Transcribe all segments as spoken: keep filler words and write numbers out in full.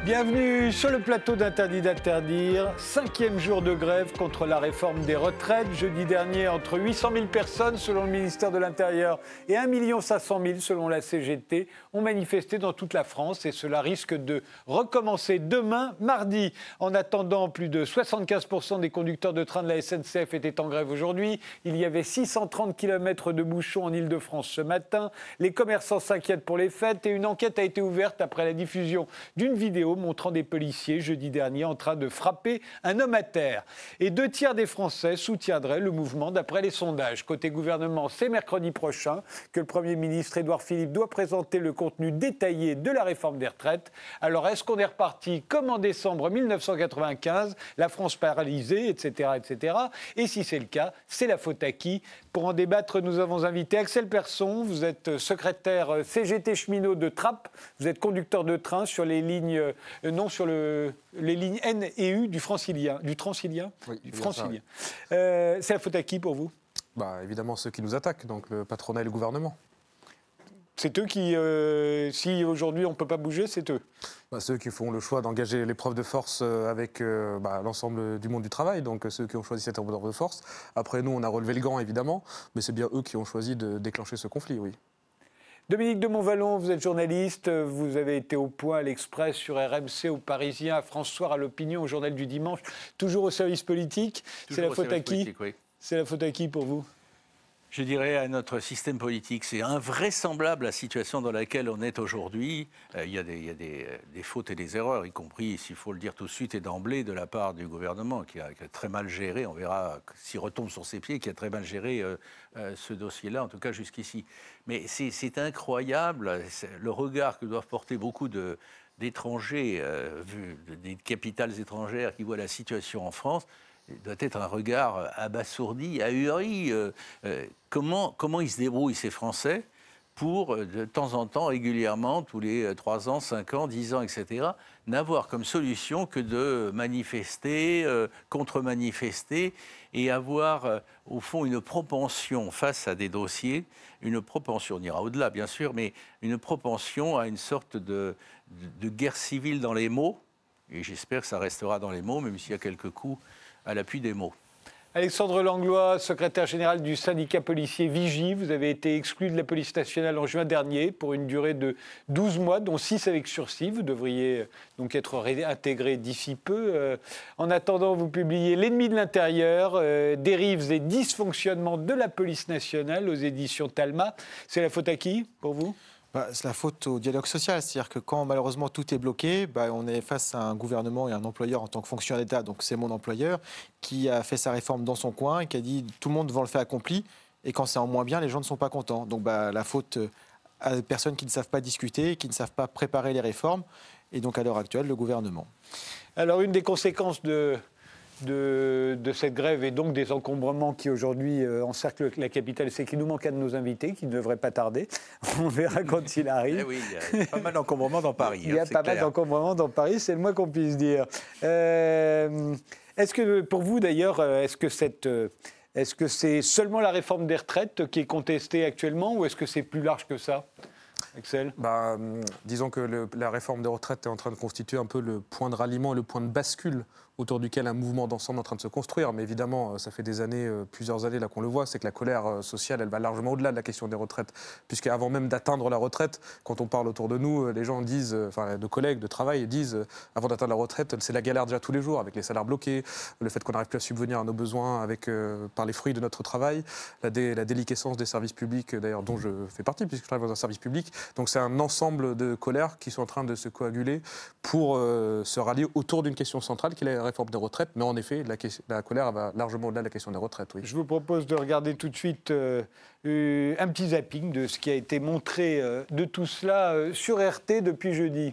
Bienvenue sur le plateau d'Interdit d'interdire. Cinquième jour de grève contre la réforme des retraites. Jeudi dernier, entre huit cent mille personnes selon le ministère de l'Intérieur et un million cinq cent mille selon la C G T ont manifesté dans toute la France et cela risque de recommencer demain, mardi. En attendant, plus de soixante-quinze pour cent des conducteurs de train de la S N C F étaient en grève aujourd'hui. Il y avait six cent trente kilomètres de bouchons en Ile-de-France ce matin. Les commerçants s'inquiètent pour les fêtes et une enquête a été ouverte après la diffusion d'une vidéo montrant des policiers jeudi dernier en train de frapper un homme à terre. Et deux tiers des Français soutiendraient le mouvement d'après les sondages. Côté gouvernement, c'est mercredi prochain que le Premier ministre Édouard Philippe doit présenter le contenu détaillé de la réforme des retraites. Alors est-ce qu'on est reparti comme en décembre mille neuf cent quatre-vingt-quinze, la France paralysée, et cetera, et cetera. Et si c'est le cas, c'est la faute à qui ? Pour en débattre, nous avons invité Axel Persson. Vous êtes secrétaire C G T cheminot de Trappes. Vous êtes conducteur de train sur les lignes, euh, non sur le, les lignes N et U du Francilien, du Transilien, oui, du Francilien. Ça, oui. euh, c'est la faute à qui pour vous ? Bah, évidemment ceux qui nous attaquent, donc le patronat et le gouvernement. C'est eux qui, euh, si aujourd'hui on ne peut pas bouger, c'est eux. Bah, ceux qui font le choix d'engager l'épreuve de force avec euh, bah, l'ensemble du monde du travail, donc ceux qui ont choisi cette épreuve de force. Après, nous, on a relevé le gant, évidemment, mais c'est bien eux qui ont choisi de déclencher ce conflit, oui. Dominique de Montvalon, vous êtes journaliste, vous avez été au Point, à l'Express, sur R M C, au Parisien, à France Soir, à l'Opinion, au Journal du Dimanche, toujours au service politique. Toujours c'est la faute à qui ? Oui. C'est la faute à qui pour vous ? Je dirais à notre système politique. C'est invraisemblable la situation dans laquelle on est aujourd'hui. Euh, il y a, des, il y a des, des fautes et des erreurs, y compris, s'il faut le dire tout de suite et d'emblée, de la part du gouvernement qui a, qui a très mal géré, on verra s'il retombe sur ses pieds, qui a très mal géré euh, euh, ce dossier-là, en tout cas jusqu'ici. Mais c'est, c'est incroyable, c'est le regard que doivent porter beaucoup de, d'étrangers, euh, vu, des capitales étrangères qui voient la situation en France. Doit être un regard abasourdi, ahuri. Euh, euh, comment, comment ils se débrouillent, ces Français, pour, de temps en temps, régulièrement, tous les trois ans, cinq ans, dix ans, et cetera, n'avoir comme solution que de manifester, euh, contre-manifester, et avoir, euh, au fond, une propension face à des dossiers, une propension, on ira au-delà, bien sûr, mais une propension à une sorte de, de, de guerre civile dans les mots, et j'espère que ça restera dans les mots, même s'il y a quelques coups à l'appui des mots. Alexandre Langlois, secrétaire général du syndicat policier Vigie, vous avez été exclu de la police nationale en juin dernier pour une durée de douze mois, dont six avec sursis. Vous devriez donc être réintégré d'ici peu. En attendant, vous publiez L'ennemi de l'intérieur, euh, dérives et dysfonctionnements de la police nationale aux éditions Talma. C'est la faute à qui, pour vous ? Bah, c'est la faute au dialogue social, c'est-à-dire que quand malheureusement tout est bloqué, bah, on est face à un gouvernement et un employeur en tant que fonctionnaire d'État, donc c'est mon employeur, qui a fait sa réforme dans son coin et qui a dit tout le monde devant le fait accompli, et quand c'est en moins bien, les gens ne sont pas contents. Donc bah, la faute à des personnes qui ne savent pas discuter, qui ne savent pas préparer les réformes, et donc à l'heure actuelle, le gouvernement. Alors une des conséquences de... De, de cette grève et donc des encombrements qui aujourd'hui euh, encerclent la capitale, c'est qu'il nous manque un de nos invités qui ne devrait pas tarder. On verra quand il arrive. Eh oui, il y a pas mal d'encombrements dans Paris. Il y a hein, pas clair. mal d'encombrements dans Paris, c'est le moins qu'on puisse dire. Euh, est-ce que pour vous d'ailleurs, est-ce que, cette, est-ce que c'est seulement la réforme des retraites qui est contestée actuellement ou est-ce que c'est plus large que ça ? Axel ? Bah, disons que le, la réforme des retraites est en train de constituer un peu le point de ralliement et le point de bascule autour duquel un mouvement d'ensemble est en train de se construire. Mais évidemment, ça fait des années, plusieurs années là qu'on le voit, c'est que la colère sociale, elle va largement au-delà de la question des retraites. Puisqu'avant même d'atteindre la retraite, quand on parle autour de nous, les gens disent, enfin, nos collègues de travail disent, avant d'atteindre la retraite, c'est la galère déjà tous les jours, avec les salaires bloqués, le fait qu'on n'arrive plus à subvenir à nos besoins avec, euh, par les fruits de notre travail, la, dé, la déliquescence des services publics, d'ailleurs, dont je fais partie, puisque je travaille dans un service public. Donc c'est un ensemble de colères qui sont en train de se coaguler pour euh, se rallier autour d'une question centrale, qui est la réforme des retraites, mais en effet, la, la colère va largement au-delà de la question des retraites. Oui. Je vous propose de regarder tout de suite euh, euh, un petit zapping de ce qui a été montré euh, de tout cela euh, sur R T depuis jeudi.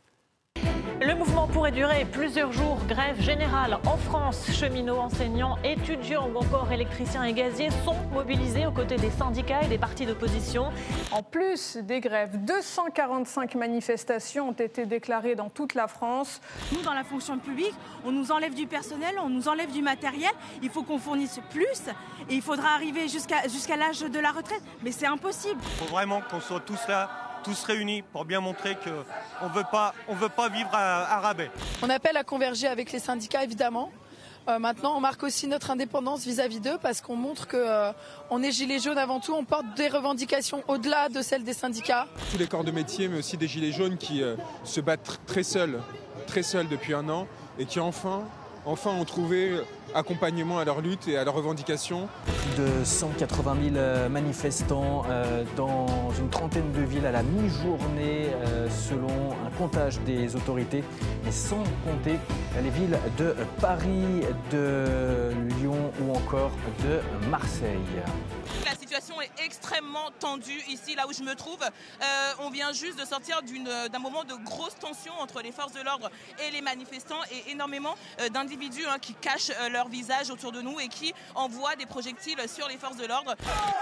Le mouvement pourrait durer plusieurs jours. Grève générale en France. Cheminots, enseignants, étudiants ou encore électriciens et gaziers sont mobilisés aux côtés des syndicats et des partis d'opposition. En plus des grèves, deux cent quarante-cinq manifestations ont été déclarées dans toute la France. Nous, dans la fonction publique, on nous enlève du personnel, on nous enlève du matériel. Il faut qu'on fournisse plus et il faudra arriver jusqu'à, jusqu'à l'âge de la retraite. Mais c'est impossible. Il faut vraiment qu'on soit tous là tous réunis pour bien montrer qu'on ne veut pas, on veut pas vivre à, à rabais. On appelle à converger avec les syndicats, évidemment. Euh, maintenant, on marque aussi notre indépendance vis-à-vis d'eux parce qu'on montre qu'on euh, est gilets jaunes avant tout, on porte des revendications au-delà de celles des syndicats. Tous les corps de métier, mais aussi des gilets jaunes qui euh, se battent très seuls, très seuls depuis un an et qui enfin, enfin ont trouvé accompagnement à leur lutte et à leurs revendications. Plus de cent quatre-vingt mille manifestants euh, dans une trentaine de villes à la mi-journée euh, selon un comptage des autorités, mais sans compter les villes de Paris, de Lyon ou encore de Marseille. La situation est extrêmement tendue ici, là où je me trouve. Euh, on vient juste de sortir d'une, d'un moment de grosse tension entre les forces de l'ordre et les manifestants et énormément euh, d'individus hein, qui cachent euh, leur visage autour de nous et qui envoient des projectiles sur les forces de l'ordre.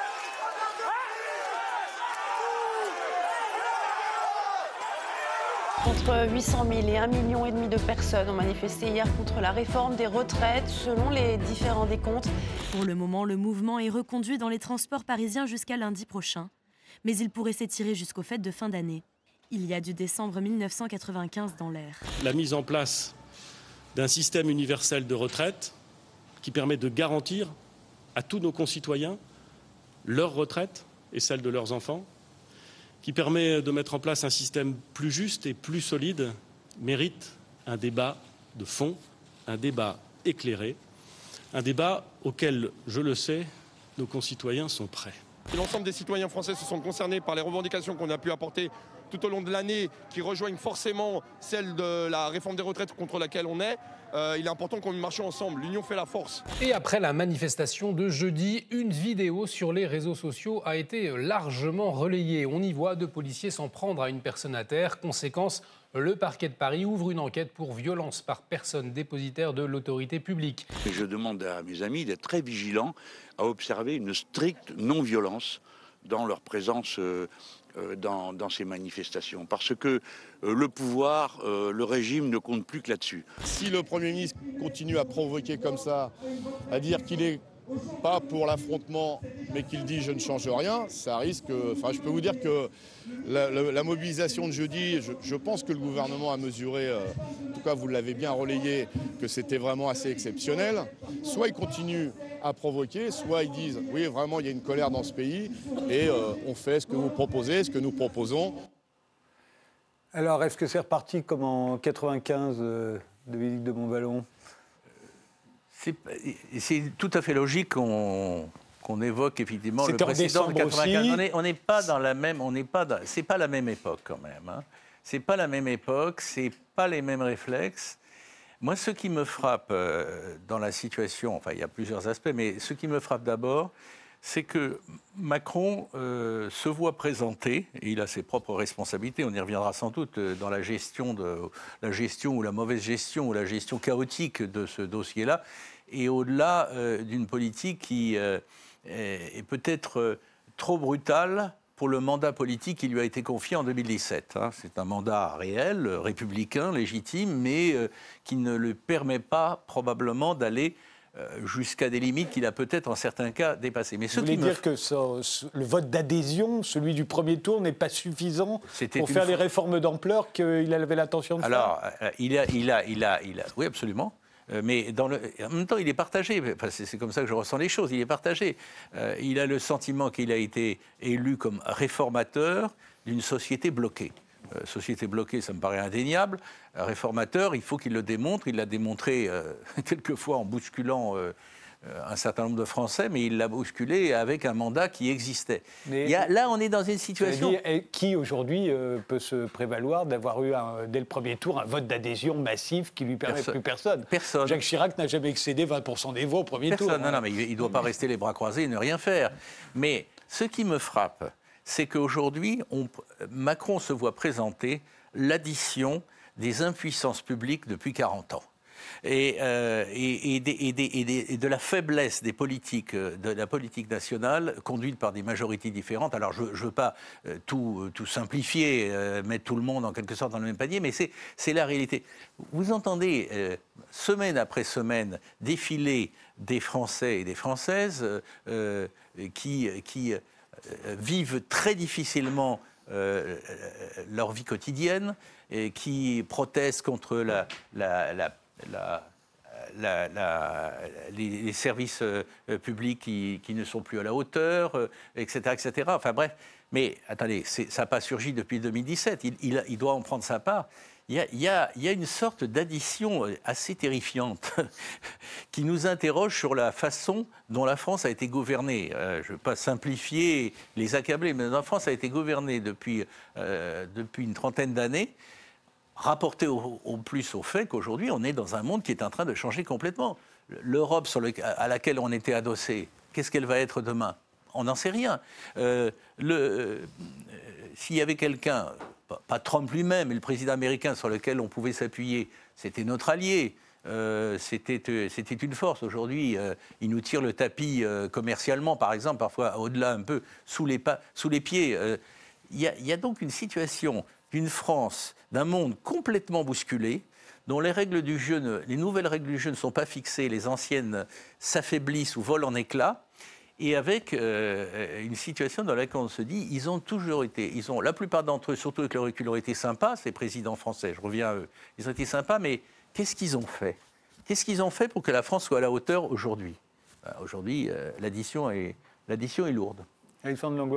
Entre huit cent mille et un million et demi de personnes ont manifesté hier contre la réforme des retraites, selon les différents décomptes. Pour le moment, le mouvement est reconduit dans les transports parisiens jusqu'à lundi prochain. Mais il pourrait s'étirer jusqu'aux fêtes de fin d'année. Il y a du décembre mille neuf cent quatre-vingt-quinze dans l'air. La mise en place d'un système universel de retraite qui permet de garantir à tous nos concitoyens leur retraite et celle de leurs enfants, qui permet de mettre en place un système plus juste et plus solide, mérite un débat de fond, un débat éclairé, un débat auquel, je le sais, nos concitoyens sont prêts. L'ensemble des citoyens français se sont concernés par les revendications qu'on a pu apporter tout au long de l'année, qui rejoignent forcément celle de la réforme des retraites contre laquelle on est. Euh, il est important qu'on marche ensemble, l'union fait la force. Et après la manifestation de jeudi, une vidéo sur les réseaux sociaux a été largement relayée. On y voit deux policiers s'en prendre à une personne à terre. Conséquence, le parquet de Paris ouvre une enquête pour violence par personne dépositaire de l'autorité publique. Et je demande à mes amis d'être très vigilants à observer une stricte non-violence dans leur présence euh, euh, dans, dans ces manifestations. Parce que euh, le pouvoir, euh, le régime ne compte plus que là-dessus. Si le Premier ministre continue à provoquer comme ça, à dire qu'il est pas pour l'affrontement, mais qu'il dit « je ne change rien », ça risque... Enfin, je peux vous dire que la, la, la mobilisation de jeudi, je, je pense que le gouvernement a mesuré, euh, en tout cas vous l'avez bien relayé, que c'était vraiment assez exceptionnel. Soit ils continuent à provoquer, soit ils disent « oui, vraiment, il y a une colère dans ce pays et euh, on fait ce que vous proposez, ce que nous proposons ». Alors, est-ce que c'est reparti comme en quatre-vingt-quinze, euh, Dominique de Montballon ? C'est, c'est tout à fait logique qu'on, qu'on évoque effectivement C'était le précédent de quatre-vingt-quinze. Aussi. On n'est on n'est pas dans la même, on n'est pas dans, c'est pas la même époque quand même. Hein. C'est pas la même époque, c'est pas les mêmes réflexes. Moi, ce qui me frappe euh, dans la situation, enfin, il y a plusieurs aspects, mais ce qui me frappe d'abord, c'est que Macron euh, se voit présenter, et il a ses propres responsabilités, on y reviendra sans doute, euh, dans la gestion, de, la gestion ou la mauvaise gestion ou la gestion chaotique de ce dossier-là, et au-delà euh, d'une politique qui euh, est, est peut-être euh, trop brutale pour le mandat politique qui lui a été confié en deux mille dix-sept. Hein. C'est un mandat réel, républicain, légitime, mais euh, qui ne lui permet pas probablement d'aller euh, jusqu'à des limites qu'il a peut-être en certains cas dépassées. Mais Vous voulez dire me... que ça, le vote d'adhésion, celui du premier tour, n'est pas suffisant C'était pour faire fois... les réformes d'ampleur qu'il avait l'intention de Alors, faire Alors, il a, il a, il a, il a, oui, absolument. Mais dans le, en même temps, il est partagé. Enfin, c'est, c'est comme ça que je ressens les choses. Il est partagé. Euh, il a le sentiment qu'il a été élu comme réformateur d'une société bloquée. Euh, société bloquée, ça me paraît indéniable. Un réformateur, il faut qu'il le démontre. Il l'a démontré euh, quelquefois en bousculant euh, un certain nombre de Français, mais il l'a bousculé avec un mandat qui existait. Il y a, là, on est dans une situation... Dire, qui, aujourd'hui, euh, peut se prévaloir d'avoir eu, un, dès le premier tour, un vote d'adhésion massif qui lui permet personne. plus personne Personne. Jacques Chirac n'a jamais excédé vingt pour cent des voix au premier personne. tour. Non, hein. non, mais il ne doit pas rester les bras croisés et ne rien faire. Mais ce qui me frappe, c'est qu'aujourd'hui, on, Macron se voit présenter l'addition des impuissances publiques depuis quarante ans. Et, euh, et, et, des, et, des, et, des, et de la faiblesse des politiques, de la politique nationale conduite par des majorités différentes. Alors, je ne veux pas euh, tout, tout simplifier, euh, mettre tout le monde en quelque sorte dans le même panier, mais c'est, c'est la réalité. Vous entendez, euh, semaine après semaine, défiler des Français et des Françaises euh, qui, qui euh, vivent très difficilement euh, leur vie quotidienne, et qui protestent contre la, la, la, la, la, la, les, les services euh, publics qui, qui ne sont plus à la hauteur, euh, et cetera, et cetera. Enfin bref, mais attendez, ça n'a pas surgi depuis deux mille dix-sept, il, il, il doit en prendre sa part. Il y, a, il, y a, il y a une sorte d'addition assez terrifiante qui nous interroge sur la façon dont la France a été gouvernée. Euh, je ne veux pas simplifier, les accabler, mais la France a été gouvernée depuis, euh, depuis une trentaine d'années, rapporté au, au plus au fait qu'aujourd'hui, on est dans un monde qui est en train de changer complètement. L'Europe sur le, à laquelle on était adossé, qu'est-ce qu'elle va être demain ? On n'en sait rien. Euh, le, euh, s'il y avait quelqu'un... pas Trump lui-même, mais le président américain sur lequel on pouvait s'appuyer, c'était notre allié, euh, c'était, euh, c'était une force. Aujourd'hui, euh, il nous tire le tapis euh, commercialement, par exemple, parfois au-delà un peu, sous les, pas, sous les pieds. Euh, il y a, il y a donc une situation d'une France, d'un monde complètement bousculé, dont les règles du jeu, ne, les nouvelles règles du jeu ne sont pas fixées, les anciennes s'affaiblissent ou volent en éclats. Et avec euh, une situation dans laquelle on se dit, ils ont toujours été, ils ont, la plupart d'entre eux, surtout avec le recul, ont été sympas, ces présidents français, je reviens à eux, ils ont été sympas, mais qu'est-ce qu'ils ont fait ? Qu'est-ce qu'ils ont fait pour que la France soit à la hauteur aujourd'hui ? ben, Aujourd'hui, euh, l'addition est, l'addition est lourde. Alexandre Langlois ?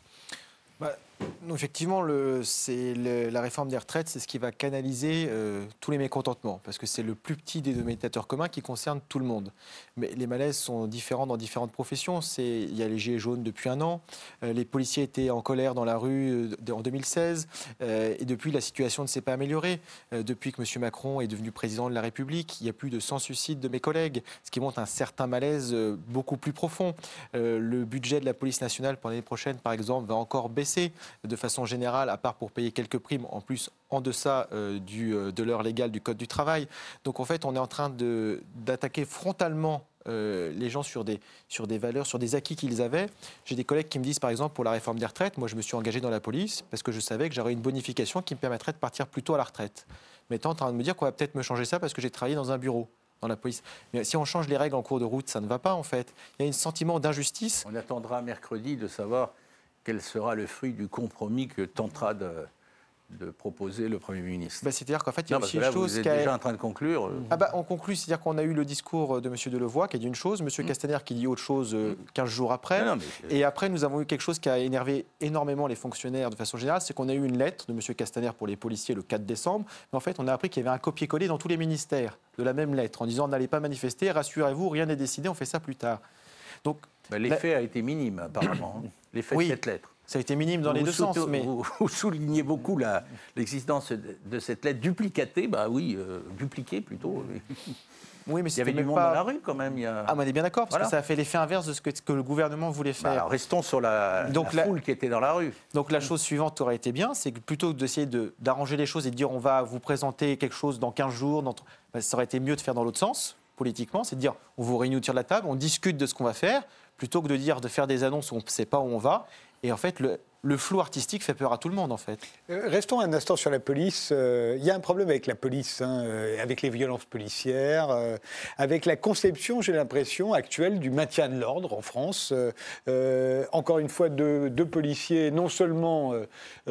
Bah, non, effectivement, le, c'est le, la réforme des retraites, c'est ce qui va canaliser euh, tous les mécontentements, parce que c'est le plus petit des dénominateurs communs qui concerne tout le monde. Mais les malaises sont différents dans différentes professions. C'est, il y a les gilets jaunes depuis un an, euh, les policiers étaient en colère dans la rue euh, en deux mille seize, euh, et depuis, la situation ne s'est pas améliorée. Euh, depuis que M. Macron est devenu président de la République, il y a plus de cent suicides de mes collègues, ce qui montre un certain malaise euh, beaucoup plus profond. Euh, le budget de la police nationale pour l'année prochaine, par exemple, va encore baisser. De façon générale, à part pour payer quelques primes, en plus en deçà euh, du, euh, de l'heure légale du Code du travail. Donc en fait, on est en train de, d'attaquer frontalement euh, les gens sur des, sur des valeurs, sur des acquis qu'ils avaient. J'ai des collègues qui me disent, par exemple, pour la réforme des retraites, moi je me suis engagé dans la police parce que je savais que j'aurais une bonification qui me permettrait de partir plus tôt à la retraite. Mais tu es en train de me dire qu'on va peut-être me changer ça parce que j'ai travaillé dans un bureau. Dans la police. Mais si on change les règles en cours de route, ça ne va pas en fait. Il y a un sentiment d'injustice. On attendra mercredi de savoir quel sera le fruit du compromis que tentera de, de proposer le Premier ministre. Bah, c'est-à-dire qu'en fait, il y a non, aussi là, une chose... Vous êtes déjà a... en train de conclure. Ah bah, on conclut, c'est-à-dire qu'on a eu le discours de M. Delevoye qui a dit une chose, M. Mmh. Castaner qui dit autre chose euh, quinze jours après. Non, non, mais... Et après, nous avons eu quelque chose qui a énervé énormément les fonctionnaires de façon générale, c'est qu'on a eu une lettre de M. Castaner pour les policiers le quatre décembre. Mais en fait, on a appris qu'il y avait un copier-coller dans tous les ministères de la même lettre en disant « n'allez pas manifester, rassurez-vous, rien n'est décidé, on fait ça plus tard ». Donc, bah, l'effet la... a été minime, apparemment, l'effet oui. de cette lettre. Ça a été minime dans vous les deux sens. Mais... Vous, vous soulignez beaucoup la, l'existence de cette lettre duplicatée, bah oui, euh, dupliquée plutôt. Oui, mais il y avait du monde pas... dans la rue quand même. Il y a... Ah, mais on est bien d'accord, parce voilà. que ça a fait l'effet inverse de ce que, que le gouvernement voulait faire. Bah, alors, restons sur la, donc, la foule la... qui était dans la rue. Donc la chose suivante aurait été bien, c'est que plutôt que d'essayer de, d'arranger les choses et de dire on va vous présenter quelque chose dans quinze jours, dans... bah, ça aurait été mieux de faire dans l'autre sens, politiquement, c'est de dire on vous réunit autour de la table, on discute de ce qu'on va faire, plutôt que de dire de faire des annonces où on ne sait pas où on va. Et en fait, le, le flou artistique fait peur à tout le monde, en fait. Euh, restons un instant sur la police. Il euh, y a un problème avec la police, hein, euh, avec les violences policières, euh, avec la conception, j'ai l'impression, actuelle du maintien de l'ordre en France. Euh, euh, encore une fois, deux, deux policiers, non seulement euh,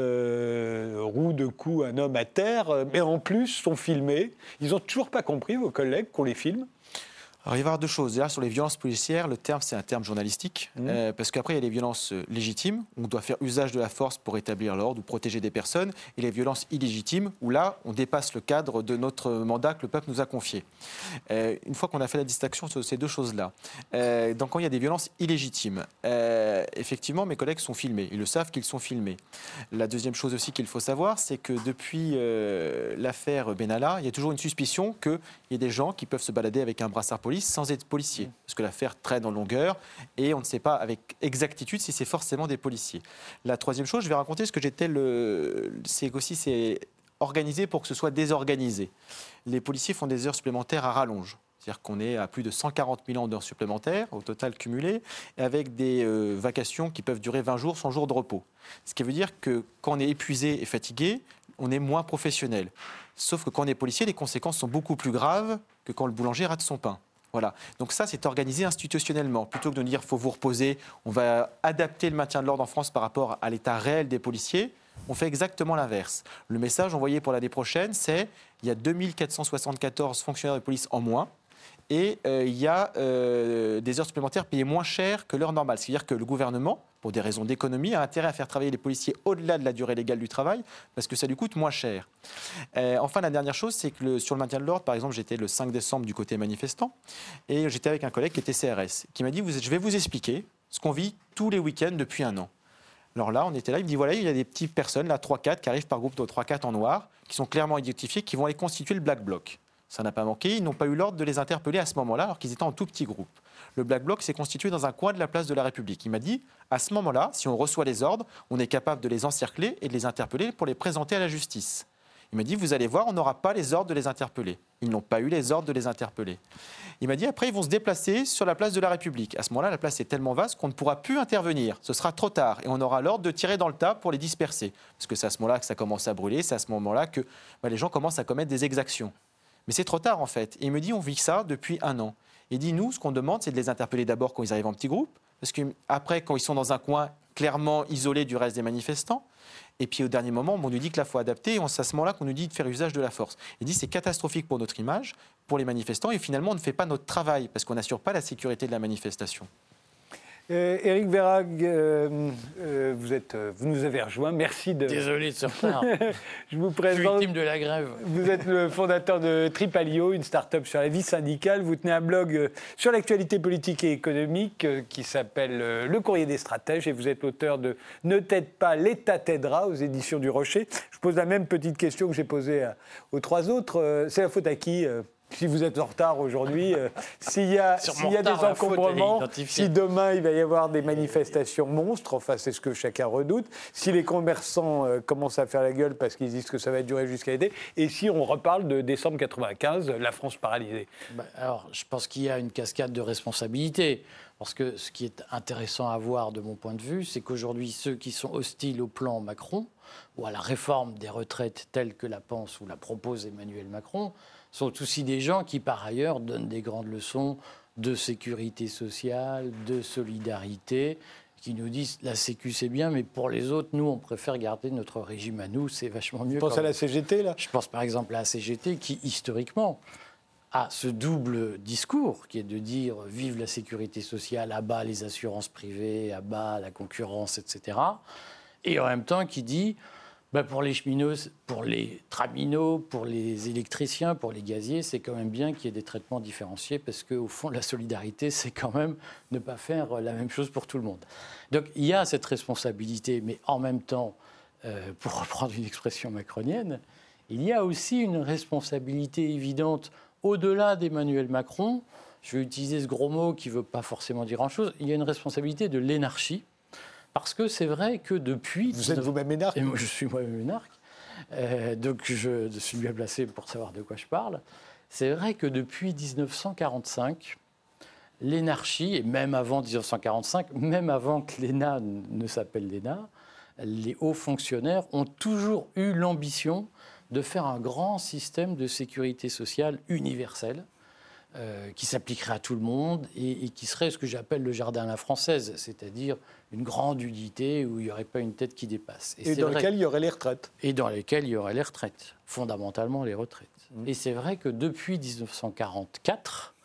euh, rouent de coups un homme à terre, mais en plus sont filmés. Ils n'ont toujours pas compris, vos collègues, qu'on les filme ? Alors, il va y avoir deux choses. Déjà, sur les violences policières, le terme, c'est un terme journalistique. Mmh. Euh, parce qu'après, il y a les violences légitimes, où on doit faire usage de la force pour établir l'ordre ou protéger des personnes, et les violences illégitimes, où là, on dépasse le cadre de notre mandat que le peuple nous a confié. Euh, une fois qu'on a fait la distinction sur ces deux choses-là, euh, donc quand il y a des violences illégitimes, euh, effectivement, mes collègues sont filmés. Ils le savent qu'ils sont filmés. La deuxième chose aussi qu'il faut savoir, c'est que depuis euh, l'affaire Benalla, il y a toujours une suspicion qu'il y ait des gens qui peuvent se balader avec un brassard police sans être policier, parce que l'affaire traîne en longueur et on ne sait pas avec exactitude si c'est forcément des policiers. La troisième chose, je vais raconter ce que j'étais le... c'est aussi c'est organisé pour que ce soit désorganisé. Les policiers font des heures supplémentaires à rallonge. C'est-à-dire qu'on est à plus de cent quarante mille d'heures supplémentaires, au total cumulé, avec des euh, vacations qui peuvent durer vingt jours, sans jours de repos. Ce qui veut dire que quand on est épuisé et fatigué, on est moins professionnel. Sauf que quand on est policier, les conséquences sont beaucoup plus graves que quand le boulanger rate son pain. Voilà. Donc ça, c'est organisé institutionnellement. Plutôt que de dire qu'il faut vous reposer, on va adapter le maintien de l'ordre en France par rapport à l'état réel des policiers, on fait exactement l'inverse. Le message envoyé pour l'année prochaine, c'est il y a deux mille quatre cent soixante-quatorze fonctionnaires de police en moins et euh, il y a euh, des heures supplémentaires payées moins cher que l'heure normale. C'est-à-dire que le gouvernement, pour des raisons d'économie, a intérêt à faire travailler les policiers au-delà de la durée légale du travail parce que ça lui coûte moins cher. Euh, enfin, la dernière chose, c'est que le, sur le maintien de l'ordre, par exemple, j'étais le cinq décembre du côté manifestant et j'étais avec un collègue qui était C R S, qui m'a dit, vous êtes, je vais vous expliquer ce qu'on vit tous les week-ends depuis un an. Alors là, on était là, il me dit, voilà, il y a des petites personnes, là, trois quatre, qui arrivent par groupe de trois quatre en noir, qui sont clairement identifiés, qui vont aller constituer le Black Bloc. Ça n'a pas manqué, ils n'ont pas eu l'ordre de les interpeller à ce moment-là, alors qu'ils étaient en tout petit groupe. Le Black Bloc s'est constitué dans un coin de la place de la République. Il m'a dit, à ce moment-là, si on reçoit les ordres, on est capable de les encercler et de les interpeller pour les présenter à la justice. Il m'a dit, vous allez voir, on n'aura pas les ordres de les interpeller. Ils n'ont pas eu les ordres de les interpeller. Il m'a dit, après, ils vont se déplacer sur la place de la République. À ce moment-là, la place est tellement vaste qu'on ne pourra plus intervenir. Ce sera trop tard et on aura l'ordre de tirer dans le tas pour les disperser. Parce que c'est à ce moment-là que ça commence à brûler, c'est à ce moment-là que bah, les gens commencent à commettre des exactions. Mais c'est trop tard, en fait. Et il me dit, on vit ça depuis un an. Il dit, nous, ce qu'on demande, c'est de les interpeller d'abord quand ils arrivent en petit groupe. Parce qu'après, quand ils sont dans un coin clairement isolé du reste des manifestants, et puis au dernier moment, on nous dit que là, il faut adapter, et c'est à ce moment-là qu'on nous dit de faire usage de la force. Il dit c'est catastrophique pour notre image, pour les manifestants, et finalement, on ne fait pas notre travail, parce qu'on n'assure pas la sécurité de la manifestation. Euh, Éric Verhaeghe, euh, euh, vous, êtes, euh, vous nous avez rejoint. Merci de. Désolé de ce retard. Je vous présente. Je suis victime de la grève. Vous êtes le fondateur de Tripalio, une start-up sur la vie syndicale. Vous tenez un blog euh, sur l'actualité politique et économique euh, qui s'appelle euh, Le Courrier des Stratèges. Et vous êtes l'auteur de Ne t'aide pas, l'État t'aidera aux éditions du Rocher. Je pose la même petite question que j'ai posée à, aux trois autres. Euh, c'est la faute à qui euh si vous êtes en retard aujourd'hui, euh, s'il y a, s'il y a retard, des encombrements, si demain il va y avoir des manifestations monstres, enfin c'est ce que chacun redoute, si les commerçants euh, commencent à faire la gueule parce qu'ils disent que ça va durer jusqu'à l'été, et si on reparle de décembre quatre-vingt-quinze, la France paralysée. Bah, alors je pense qu'il y a une cascade de responsabilités. Parce que ce qui est intéressant à voir de mon point de vue, c'est qu'aujourd'hui, ceux qui sont hostiles au plan Macron ou à la réforme des retraites telle que la pense ou la propose Emmanuel Macron, sont aussi des gens qui, par ailleurs, donnent des grandes leçons de sécurité sociale, de solidarité, qui nous disent la Sécu c'est bien, mais pour les autres, nous, on préfère garder notre régime à nous, c'est vachement mieux. Tu penses à la C G T, là ? Je pense par exemple à la C G T qui, historiquement, a ce double discours qui est de dire « vive la sécurité sociale, à bas les assurances privées, à bas la concurrence, et cetera » et en même temps qui dit bah, « pour les cheminots, pour les traminots, pour les électriciens, pour les gaziers, c'est quand même bien qu'il y ait des traitements différenciés parce qu'au fond, la solidarité, c'est quand même ne pas faire la même chose pour tout le monde. » Donc il y a cette responsabilité, mais en même temps, euh, pour reprendre une expression macronienne, il y a aussi une responsabilité évidente au-delà d'Emmanuel Macron. Je vais utiliser ce gros mot qui ne veut pas forcément dire grand-chose. Il y a une responsabilité de l'énarchie. Parce que c'est vrai que depuis... Vous êtes vous-même énarque ? Et moi, je suis moi-même énarque. Euh, donc je suis bien placé pour savoir de quoi je parle. C'est vrai que depuis dix-neuf cent quarante-cinq, l'énarchie, et même avant dix-neuf cent quarante-cinq, même avant que l'E N A ne s'appelle l'E N A, les hauts fonctionnaires ont toujours eu l'ambition de faire un grand système de sécurité sociale universel euh, qui s'appliquerait à tout le monde et, et qui serait ce que j'appelle le jardin à la française, c'est-à-dire une grande unité où il n'y aurait pas une tête qui dépasse. Et, et dans lequel il y aurait les retraites. Et dans lesquelles il y aurait les retraites, fondamentalement les retraites. Mmh. Et c'est vrai que depuis dix-neuf cent quarante-quatre,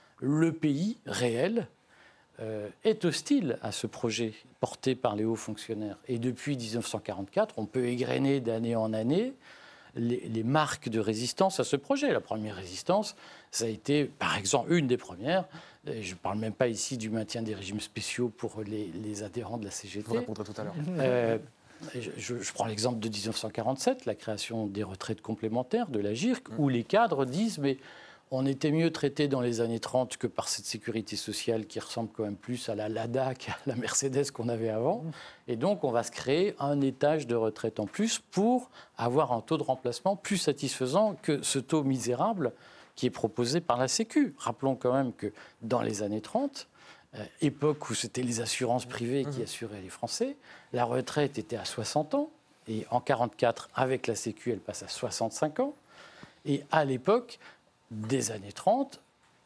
le pays réel euh, est hostile à ce projet porté par les hauts fonctionnaires. Et depuis dix-neuf cent quarante-quatre, on peut égrener d'année en année Les, les marques de résistance à ce projet. La première résistance, ça a été, par exemple, une des premières, je ne parle même pas ici du maintien des régimes spéciaux pour les, les adhérents de la C G T. Je vous répondrai tout à l'heure. Euh, je, je prends l'exemple de dix-neuf cent quarante-sept, la création des retraites complémentaires, de la G I R C, mmh. où les cadres disent « mais on était mieux traités dans les années trente que par cette sécurité sociale qui ressemble quand même plus à la Lada qu'à la Mercedes qu'on avait avant. Et donc, on va se créer un étage de retraite en plus pour avoir un taux de remplacement plus satisfaisant que ce taux misérable qui est proposé par la Sécu. » Rappelons quand même que dans les années trente, euh, époque où c'était les assurances privées qui assuraient les Français, la retraite était à soixante ans. Et en quarante-quatre, avec la Sécu, elle passe à soixante-cinq ans. Et à l'époque des années trente,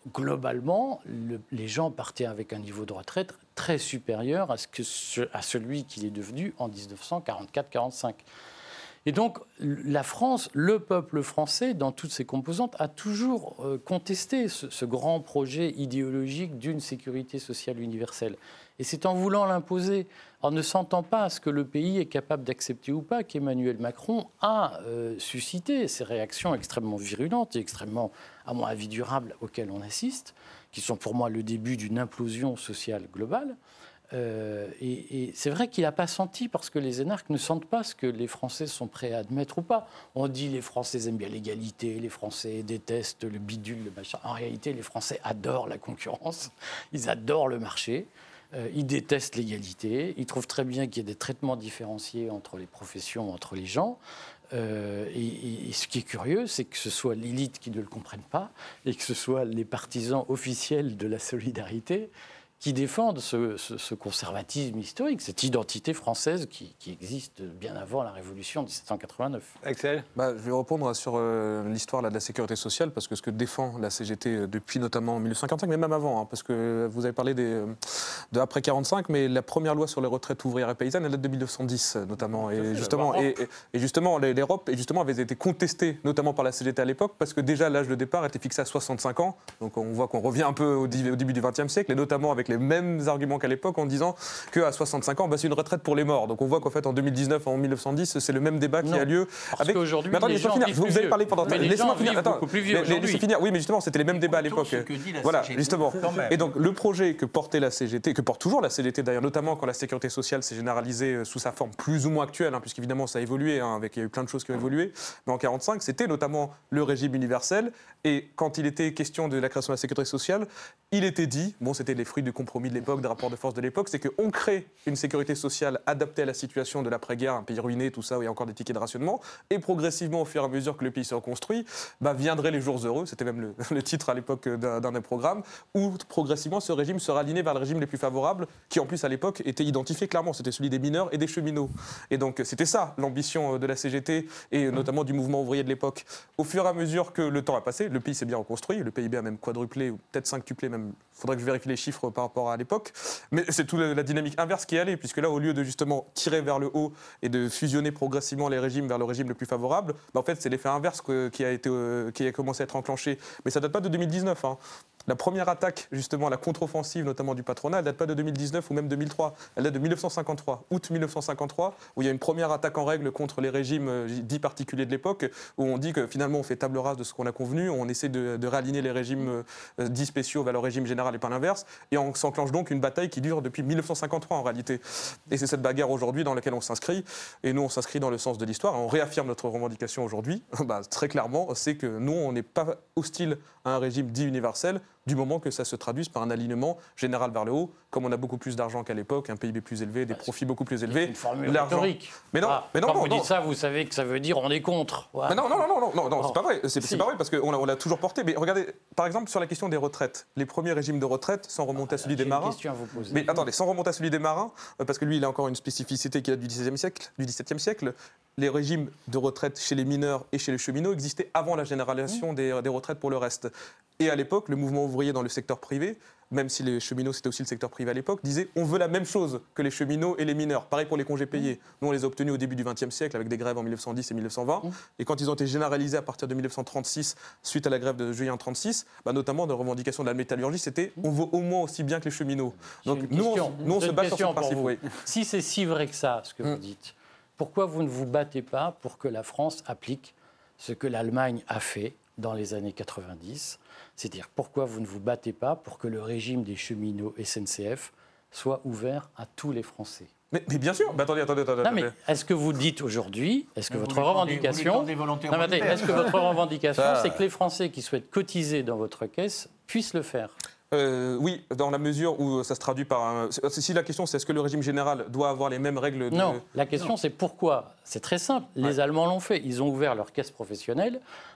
globalement, le, les gens partaient avec un niveau de retraite très supérieur à, ce que ce, à celui qu'il est devenu en dix-neuf cent quarante-quatre quarante-cinq. Et donc, la France, le peuple français, dans toutes ses composantes, a toujours euh, contesté ce, ce grand projet idéologique d'une sécurité sociale universelle. Et c'est en voulant l'imposer, en ne sentant pas ce que le pays est capable d'accepter ou pas, qu'Emmanuel Macron a euh, suscité ces réactions extrêmement virulentes et extrêmement, à mon avis, durables auxquelles on assiste, qui sont pour moi le début d'une implosion sociale globale. Euh, et, et c'est vrai qu'il n'a pas senti, parce que les énarques ne sentent pas ce que les Français sont prêts à admettre ou pas. On dit les Français aiment bien l'égalité, les Français détestent le bidule, le machin. En réalité, les Français adorent la concurrence, ils adorent le marché, euh, ils détestent l'égalité, ils trouvent très bien qu'il y ait des traitements différenciés entre les professions, entre les gens. Euh, et, et ce qui est curieux, c'est que ce soit l'élite qui ne le comprenne pas et que ce soit les partisans officiels de la solidarité qui défendent ce, ce, ce conservatisme historique, cette identité française qui, qui existe bien avant la Révolution de dix-sept cent quatre-vingt-neuf. Axel ? bah, Je vais répondre sur euh, l'histoire là, de la sécurité sociale, parce que ce que défend la C G T depuis notamment mille neuf cent quarante-cinq, mais même avant, hein, parce que vous avez parlé des, de après quarante-cinq, mais la première loi sur les retraites ouvrières et paysannes, elle date de mille neuf cent dix notamment. Et justement, et, et justement l'Europe et justement, avait été contestée, notamment par la C G T à l'époque, parce que déjà l'âge de départ était fixé à soixante-cinq ans. Donc on voit qu'on revient un peu au, au début du vingtième siècle, et notamment avec les mêmes arguments qu'à l'époque, en disant qu'à soixante-cinq ans, bah, c'est une retraite pour les morts. Donc on voit qu'en fait, en deux mille dix-neuf, en mille neuf cent dix, c'est le même débat qui non, a lieu. Parce avec... qu'aujourd'hui, mais attendez, les gens finir. vivent Vous, plus vous avez vieux. parlé pendant... Mais les Laissez-moi gens finir. vivent Attends, beaucoup plus vieux les, aujourd'hui. laissez finir. Oui, mais justement, c'était les mêmes débats à l'époque. Voilà, C G T, justement. et Et donc le projet que portait la C G T, que porte toujours la C G T d'ailleurs, notamment quand la sécurité sociale s'est généralisée sous sa forme plus ou moins actuelle, hein, puisqu'évidemment ça a évolué, hein, avec, il y a eu plein de choses qui ont évolué, mais en quarante-cinq, c'était notamment le régime universel. Et quand il était question de la création de la sécurité sociale, il était dit, bon, c'était les fruits du compromis de l'époque, des rapports de force de l'époque, c'est qu'on crée une sécurité sociale adaptée à la situation de l'après-guerre, un pays ruiné, tout ça, où il y a encore des tickets de rationnement, et progressivement, au fur et à mesure que le pays se reconstruit, bah, viendraient les jours heureux, c'était même le, le titre à l'époque d'un, d'un des programmes, où progressivement ce régime sera aligné vers le régime les plus favorables, qui en plus à l'époque était identifié clairement, c'était celui des mineurs et des cheminots. Et donc c'était ça l'ambition de la C G T, et notamment du mouvement ouvrier de l'époque. Au fur et à mesure que le temps a passé, le pays s'est bien reconstruit, le P I B a même quadruplé, ou peut-être cinqutuplé même, il faudrait que je vérifie les chiffres par rapport à l'époque, mais c'est toute la dynamique inverse qui est allée, puisque là, au lieu de justement tirer vers le haut et de fusionner progressivement les régimes vers le régime le plus favorable, bah en fait, c'est l'effet inverse que, qui, a été, euh, qui a commencé à être enclenché. Mais ça ne date pas de deux mille dix-neuf. Hein. La première attaque, justement, la contre-offensive, notamment du patronat, elle ne date pas de deux mille dix-neuf ou même deux mille trois. Elle date de mille neuf cent cinquante-trois, août mille neuf cent cinquante-trois, où il y a une première attaque en règle contre les régimes euh, dits particuliers de l'époque, où on dit que finalement on fait table rase de ce qu'on a convenu, on essaie de, de réaligner les régimes euh, dits spéciaux vers le régime général et pas l'inverse, et on s'enclenche donc une bataille qui dure depuis mille neuf cent cinquante-trois en réalité. Et c'est cette bagarre aujourd'hui dans laquelle on s'inscrit, et nous on s'inscrit dans le sens de l'histoire, et on réaffirme notre revendication aujourd'hui, bah, très clairement, c'est que nous on n'est pas hostile à un régime dit universel, du moment que ça se traduise par un alignement général vers le haut, comme on a beaucoup plus d'argent qu'à l'époque, un P I B plus élevé, des profits beaucoup plus élevés. C'est une formule rhétorique. Mais non, ah, mais non, quand non, vous non. dites ça, vous savez que ça veut dire on est contre. Ouais. Mais non, non, non, non, non, non, Oh. c'est pas vrai. C'est, Si. c'est pas vrai parce qu'on l'a, on l'a toujours porté. Mais regardez, par exemple, sur la question des retraites, les premiers régimes de retraite, sans remonter à celui J'ai des marins. une question à vous poser. Mais attendez, sans remonter à celui des marins, euh, parce que lui, il a encore une spécificité qui date du dix-septième siècle, du dix-septième siècle. Les régimes de retraite chez les mineurs et chez les cheminots existaient avant la généralisation Mmh. des, des retraites pour le reste. Et à l'époque, le mouvement ouvrier dans le secteur privé, même si les cheminots c'était aussi le secteur privé à l'époque, disait on veut la même chose que les cheminots et les mineurs. Pareil pour les congés payés. Nous, on les a obtenus au début du vingtième siècle avec des grèves en mille neuf cent dix et mille neuf cent vingt. Mmh. Et quand ils ont été généralisés à partir de mille neuf cent trente-six, suite à la grève de juillet trente-six, bah, notamment de revendication de la métallurgie, c'était on veut au moins aussi bien que les cheminots. Donc nous, on, nous, on se bat sur ce principe. Oui. Si c'est si vrai que ça, ce que mmh. vous dites, pourquoi vous ne vous battez pas pour que la France applique ce que l'Allemagne a fait dans les années quatre-vingt-dix ? C'est-à-dire, pourquoi vous ne vous battez pas pour que le régime des cheminots S N C F soit ouvert à tous les Français ? Mais, mais bien sûr, mais attendez, attendez, attendez. Non, mais est-ce que vous dites aujourd'hui, est-ce que Mais votre vous revendication, les non, mais attendez, est-ce que votre revendication, Ça... c'est que les Français qui souhaitent cotiser dans votre caisse puissent le faire ? Euh, oui, dans la mesure où ça se traduit par un... Si la question c'est est-ce que le régime général doit avoir les mêmes règles de... Non, la question non. c'est pourquoi. C'est très simple. Les ouais. Allemands l'ont fait. Ils ont ouvert leur caisse professionnelle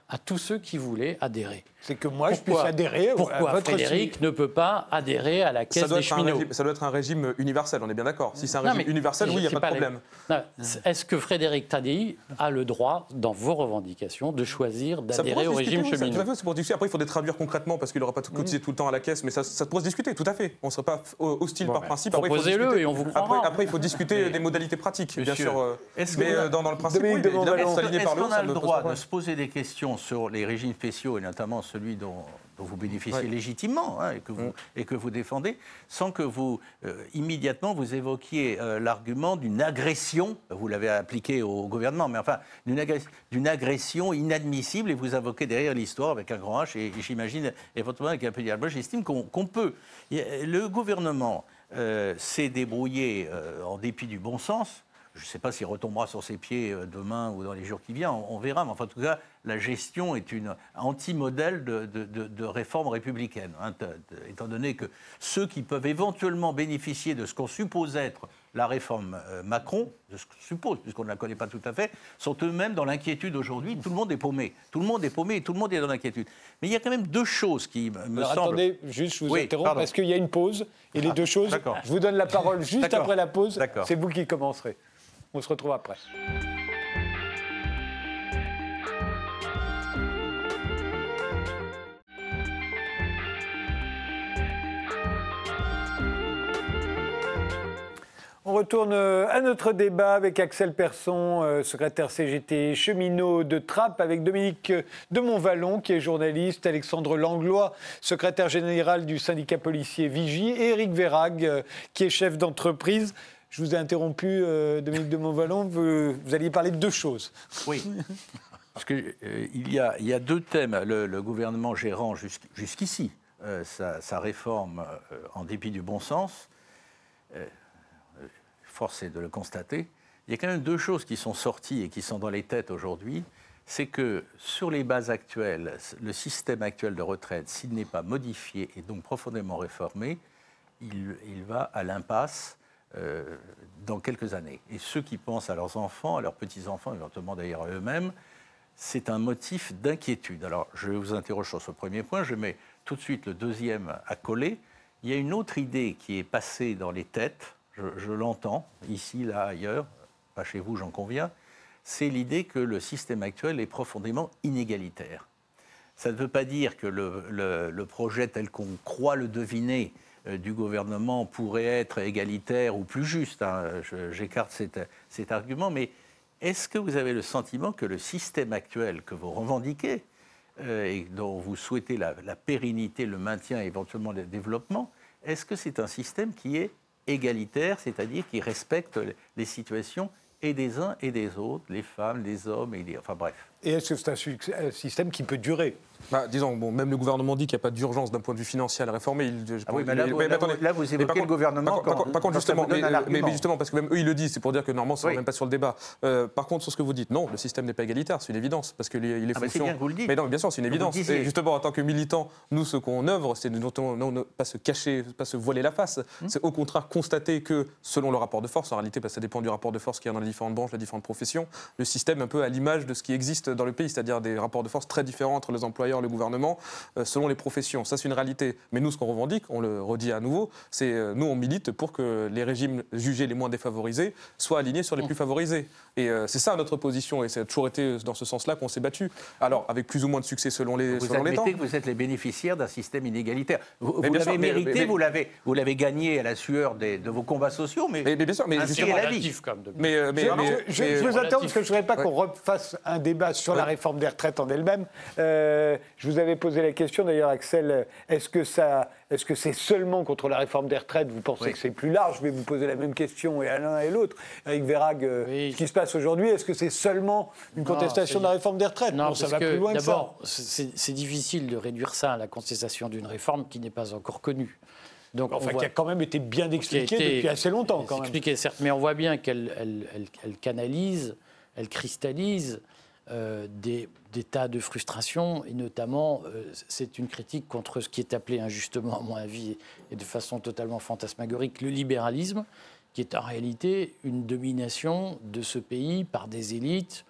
à tous ceux qui voulaient adhérer. C'est que moi, pourquoi, je puisse adhérer pourquoi à votre Frédéric signe. ne peut pas adhérer à la caisse des cheminots? Régime, ça doit être un régime universel, on est bien d'accord. Si c'est un non, régime universel, oui, il n'y a pas de problème. Les... Est-ce que Frédéric Tadei a le droit, dans vos revendications, de choisir d'adhérer au régime oui, cheminot? Tout à fait, c'est pour discuter. Après, il faudrait traduire concrètement parce qu'il n'aura pas tout cotisé mmh. tout le temps à la caisse, mais ça, ça pourrait se discuter, tout à fait. On ne serait pas hostile bon, par principe. Proposez-le et on vous croira. Après, après, il faut discuter mais... des modalités pratiques, bien sûr. Euh, est-ce mais que... euh, dans, dans le principe, oui, est-ce qu'on a le droit de se poser des questions sur les régimes spéciaux et notamment celui dont dont vous bénéficiez ouais. légitimement hein, et, que vous, mmh. et que vous défendez, sans que vous, euh, immédiatement, vous évoquiez euh, l'argument d'une agression, vous l'avez appliqué au gouvernement, mais enfin, d'une agression, d'une agression inadmissible, et vous invoquez derrière l'histoire avec un grand H, et, et j'imagine éventuellement avec un peu d'hier. Moi, j'estime qu'on, qu'on peut. Le gouvernement euh, s'est débrouillé euh, en dépit du bon sens. Je ne sais pas s'il retombera sur ses pieds demain ou dans les jours qui viennent, on, on verra. Mais enfin, en tout cas, la gestion est une anti-modèle de, de, de, de réforme républicaine. Hein, de, de, étant donné que ceux qui peuvent éventuellement bénéficier de ce qu'on suppose être la réforme euh, Macron, de ce qu'on suppose, puisqu'on ne la connaît pas tout à fait, sont eux-mêmes dans l'inquiétude aujourd'hui. Tout le monde est paumé. Tout le monde est paumé et tout le monde est dans l'inquiétude. Mais il y a quand même deux choses qui me Alors, semblent... Attendez, juste, je vous oui, interromps, pardon. parce qu'il y a une pause. Et les ah, deux choses, d'accord. je vous donne la parole juste d'accord. après la pause. D'accord. C'est vous qui commencerez. On se retrouve après. On retourne à notre débat avec Axel Persson, secrétaire C G T cheminot de Trappes, avec Dominique de Montvalon, qui est journaliste, Alexandre Langlois, secrétaire général du syndicat policier Vigie, et Éric Verhaeghe, qui est chef d'entreprise. Je vous ai interrompu, euh, Dominique de Montvalon, vous, vous alliez parler de deux choses. Oui, parce qu'il euh, y, a, y a deux thèmes. Le, le gouvernement gérant jusqu', jusqu'ici euh, sa, sa réforme euh, en dépit du bon sens, euh, force est de le constater, il y a quand même deux choses qui sont sorties et qui sont dans les têtes aujourd'hui. C'est que sur les bases actuelles, le système actuel de retraite, s'il n'est pas modifié et donc profondément réformé, il, il va à l'impasse Euh, dans quelques années. Et ceux qui pensent à leurs enfants, à leurs petits-enfants, éventuellement d'ailleurs à eux-mêmes, c'est un motif d'inquiétude. Alors, je vous interroge sur ce premier point, je mets tout de suite le deuxième à coller. Il y a une autre idée qui est passée dans les têtes, je, je l'entends, ici, là, ailleurs, pas chez vous, j'en conviens, c'est l'idée que le système actuel est profondément inégalitaire. Ça ne veut pas dire que le, le, le projet tel qu'on croit le deviner du gouvernement pourrait être égalitaire ou plus juste. Hein. Je, j'écarte cet, cet argument, mais est-ce que vous avez le sentiment que le système actuel que vous revendiquez euh, et dont vous souhaitez la, la pérennité, le maintien et éventuellement le développement, est-ce que c'est un système qui est égalitaire, c'est-à-dire qui respecte les situations et des uns et des autres, les femmes, les hommes, et les... enfin bref. Et est-ce que c'est un système qui peut durer ? Bah, disons, bon, même le gouvernement dit qu'il n'y a pas d'urgence d'un point de vue financier à la réformer. Il, je, ah oui, mais là, il, vous, mais, là, attendez, vous, là, vous évoquez le gouvernement. Par, par, par contre, justement, mais, mais, mais justement, parce que même eux, ils le disent, c'est pour dire que normalement, ça ne oui. même pas sur le débat. Euh, par contre, sur ce que vous dites, non, le système n'est pas égalitaire, c'est une évidence, parce que les, les ah fonctions. C'est bien que vous le dites. Mais non, bien sûr, c'est une évidence. Et justement, en tant que militants, nous, ce qu'on œuvre, c'est de non pas se cacher, pas se voiler la face. Hum. C'est au contraire constater que, selon le rapport de force, en réalité, parce que ça dépend du rapport de force qu'il y a dans les différentes branches, les différentes professions, le système un peu à l'image de ce qui existe dans le pays, c'est-à-dire des rapports de force très différents entre les employeurs et le gouvernement, euh, selon les professions. Ça, c'est une réalité. Mais nous, ce qu'on revendique, on le redit à nouveau, c'est euh, nous, on milite pour que les régimes jugés les moins défavorisés soient alignés sur les plus favorisés. Et euh, c'est ça notre position. Et ça a toujours été dans ce sens-là qu'on s'est battu. Alors, avec plus ou moins de succès selon les, vous selon les temps. Vous admettez que vous êtes les bénéficiaires d'un système inégalitaire. Vous, vous l'avez sûr, mérité, mais, mais, vous, l'avez, vous l'avez gagné à la sueur des, de vos combats sociaux, mais, mais, mais bien sûr, mais justement, la vie. Comme de... mais, euh, mais, je, mais, je, mais, je vous interromps parce que je ne voudrais pas ouais. qu'on refasse un débat sur ouais. la réforme des retraites en elle-même. Euh, je vous avais posé la question, d'ailleurs, Axel, est-ce que, ça, est-ce que c'est seulement contre la réforme des retraites ? Vous pensez oui. que c'est plus large ? Je vais vous poser la même question et à l'un et l'autre. Éric Verhaeghe, oui. ce qui se passe aujourd'hui, est-ce que c'est seulement une contestation non, de la réforme des retraites ? Non, non ça va plus loin que ça. D'abord, c'est, c'est difficile de réduire ça à la contestation d'une réforme qui n'est pas encore connue. Donc, enfin, voit, qui a quand même été bien expliquée été, depuis assez longtemps. Quand expliqué, certes, mais on voit bien qu'elle elle, elle, elle canalise, elle cristallise euh, des, des tas de frustrations, et notamment, euh, c'est une critique contre ce qui est appelé injustement, à mon avis, et de façon totalement fantasmagorique, le libéralisme, qui est en réalité une domination de ce pays par des élites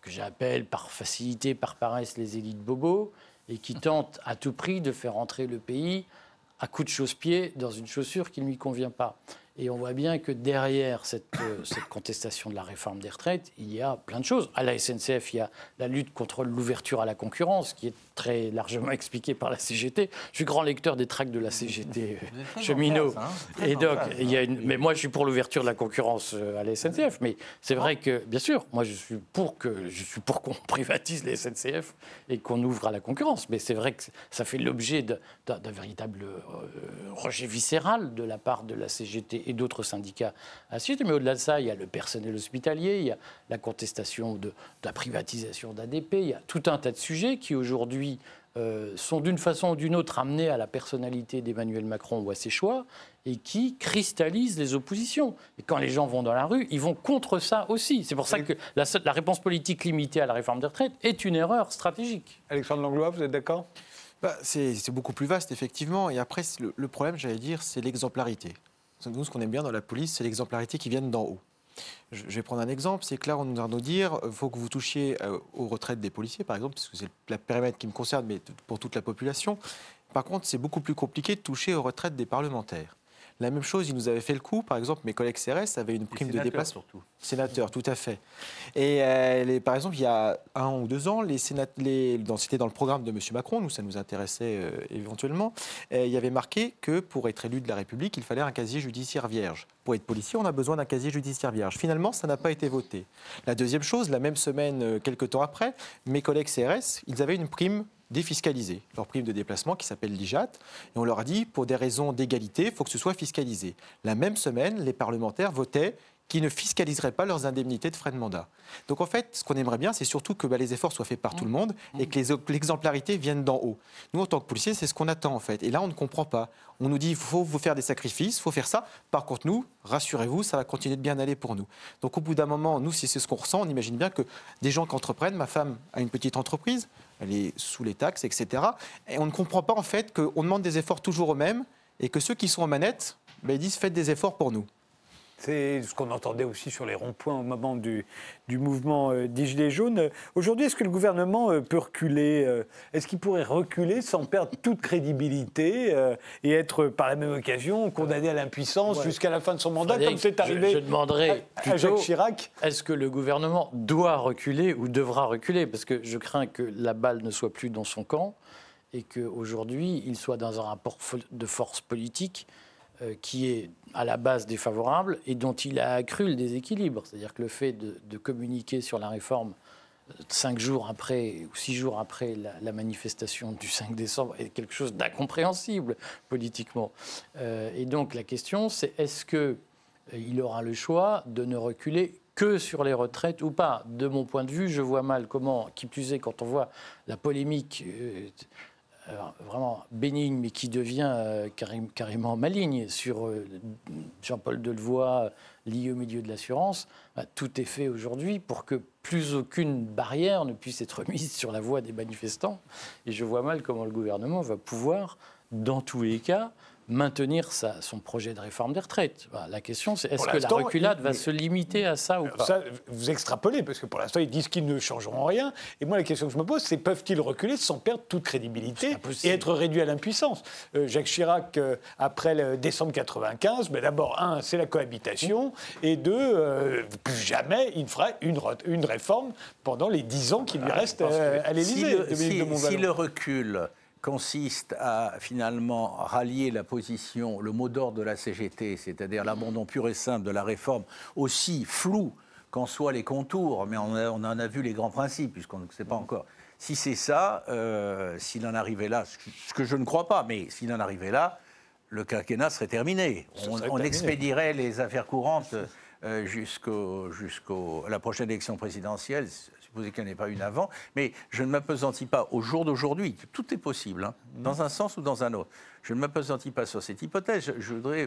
que j'appelle par facilité, par paresse, les élites bobos, et qui tentent à tout prix de faire entrer le pays à coups de chausse-pied dans une chaussure qui ne lui convient pas. Et on voit bien que derrière cette, euh, cette contestation de la réforme des retraites, il y a plein de choses. À la S N C F, il y a la lutte contre l'ouverture à la concurrence, qui est très largement expliquée par la C G T. Je suis grand lecteur des tracts de la C G T euh, cheminot. Hein, et donc, il y a une... Mais moi, je suis pour l'ouverture de la concurrence à la S N C F. Mais c'est vrai que, bien sûr, moi, je suis pour que je suis pour qu'on privatise les S N C F et qu'on ouvre à la concurrence. Mais c'est vrai que ça fait l'objet d'un véritable euh, rejet viscéral de la part de la C G T et d'autres syndicats à ce sujet. Mais au-delà de ça, il y a le personnel hospitalier, il y a la contestation de, de la privatisation d'A D P, il y a tout un tas de sujets qui aujourd'hui euh, sont d'une façon ou d'une autre amenés à la personnalité d'Emmanuel Macron ou à ses choix et qui cristallisent les oppositions. Et quand les gens vont dans la rue, ils vont contre ça aussi. C'est pour ça que la, la réponse politique limitée à la réforme des retraites est une erreur stratégique. Alexandre Langlois, vous êtes d'accord ? Bah, c'est, c'est beaucoup plus vaste, effectivement. Et après, le, le problème, j'allais dire, c'est l'exemplarité. Nous, ce qu'on aime bien dans la police, c'est l'exemplarité qui vient d'en haut. Je, je vais prendre un exemple, c'est que là, on nous a nous dire il faut que vous touchiez euh, aux retraites des policiers, par exemple, parce que c'est le périmètre qui me concerne, mais pour toute la population. Par contre, c'est beaucoup plus compliqué de toucher aux retraites des parlementaires. La même chose, ils nous avaient fait le coup. Par exemple, mes collègues C R S avaient une prime de déplacement. Surtout. Sénateurs, tout à fait. Et euh, les, par exemple, il y a un ou deux ans, les sénat- les, dans, c'était dans le programme de M. Macron, nous, ça nous intéressait euh, éventuellement, euh, il y avait marqué que pour être élu de la République, il fallait un casier judiciaire vierge. Pour être policier, on a besoin d'un casier judiciaire vierge. Finalement, ça n'a pas été voté. La deuxième chose, la même semaine, euh, quelques temps après, mes collègues C R S, ils avaient une prime défiscaliser leur prime de déplacement qui s'appelle l'I J A T. Et on leur a dit, pour des raisons d'égalité, il faut que ce soit fiscalisé. La même semaine, les parlementaires votaient qu'ils ne fiscaliseraient pas leurs indemnités de frais de mandat. Donc en fait, ce qu'on aimerait bien, c'est surtout que bah, les efforts soient faits par mmh. tout le monde et que les, l'exemplarité vienne d'en haut. Nous, en tant que policiers, c'est ce qu'on attend en fait. Et là, on ne comprend pas. On nous dit, il faut vous faire des sacrifices, il faut faire ça. Par contre, nous, rassurez-vous, ça va continuer de bien aller pour nous. Donc au bout d'un moment, nous, si c'est ce qu'on ressent, on imagine bien que des gens qui entreprennent, ma femme a une petite entreprise, elle est sous les taxes, et cetera. Et on ne comprend pas en fait qu'on demande des efforts toujours aux mêmes et que ceux qui sont en manette, bah, ils disent faites des efforts pour nous. C'est ce qu'on entendait aussi sur les ronds-points au moment du, du mouvement euh, des Gilets jaunes. Aujourd'hui, est-ce que le gouvernement euh, peut reculer euh, Est-ce qu'il pourrait reculer sans perdre toute crédibilité euh, et être, par la même occasion, condamné à l'impuissance ouais. jusqu'à la fin de son mandat, Frédéric, comme c'est arrivé je, je demanderais à, à Jacques Chirac? Est-ce que le gouvernement doit reculer ou devra reculer? Parce que je crains que la balle ne soit plus dans son camp et qu'aujourd'hui, il soit dans un rapport de force politique euh, qui est à la base défavorable et dont il a accru le déséquilibre. C'est-à-dire que le fait de, de communiquer sur la réforme cinq jours après ou six jours après la, la manifestation du cinq décembre est quelque chose d'incompréhensible politiquement. Euh, et donc la question, c'est est-ce qu'il euh, aura le choix de ne reculer que sur les retraites ou pas? De mon point de vue, je vois mal comment, qui plus est quand on voit la polémique euh, Alors, vraiment bénigne, mais qui devient euh, carré- carrément maligne sur euh, Jean-Paul Delevoye lié au milieu de l'assurance, bah, tout est fait aujourd'hui pour que plus aucune barrière ne puisse être mise sur la voie des manifestants. Et je vois mal comment le gouvernement va pouvoir, dans tous les cas, maintenir sa, son projet de réforme des retraites. Bah, la question, c'est est-ce que la reculade il, va il, se limiter à ça ou pas? Ça, vous extrapolez, parce que pour l'instant, ils disent qu'ils ne changeront rien. Et moi, la question que je me pose, c'est peuvent-ils reculer sans perdre toute crédibilité et être réduits à l'impuissance? euh, Jacques Chirac, euh, après le décembre quatre-vingt-quinze, ben d'abord, un, c'est la cohabitation, mmh. et deux, euh, plus jamais il ne fera une, une réforme pendant les dix ans qui lui restent euh, à l'Élysée. Si, si, si le recul consiste à finalement rallier la position, le mot d'ordre de la C G T, c'est-à-dire l'abandon pur et simple de la réforme, aussi flou qu'en soient les contours, mais on, a, on en a vu les grands principes, puisqu'on ne sait pas encore. Si c'est ça, euh, s'il en arrivait là, ce que je ne crois pas, mais s'il en arrivait là, le quinquennat serait terminé. On, serait on terminé. expédierait les affaires courantes euh, jusqu'au, jusqu'au, à la prochaine élection présidentielle, supposé qu'il n'y en ait pas une avant, mais je ne m'appesantis pas au jour d'aujourd'hui, tout est possible, hein, dans un sens ou dans un autre. Je ne m'appesantis pas sur cette hypothèse, je, je voudrais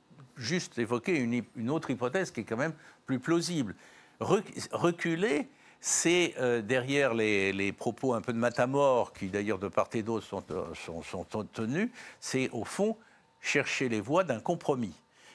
juste évoquer une, une autre hypothèse qui est quand même plus plausible. Reculer, c'est euh, derrière les, les propos un peu de matamor, qui d'ailleurs de part et d'autre sont, sont, sont tenus, c'est au fond chercher les voies d'un compromis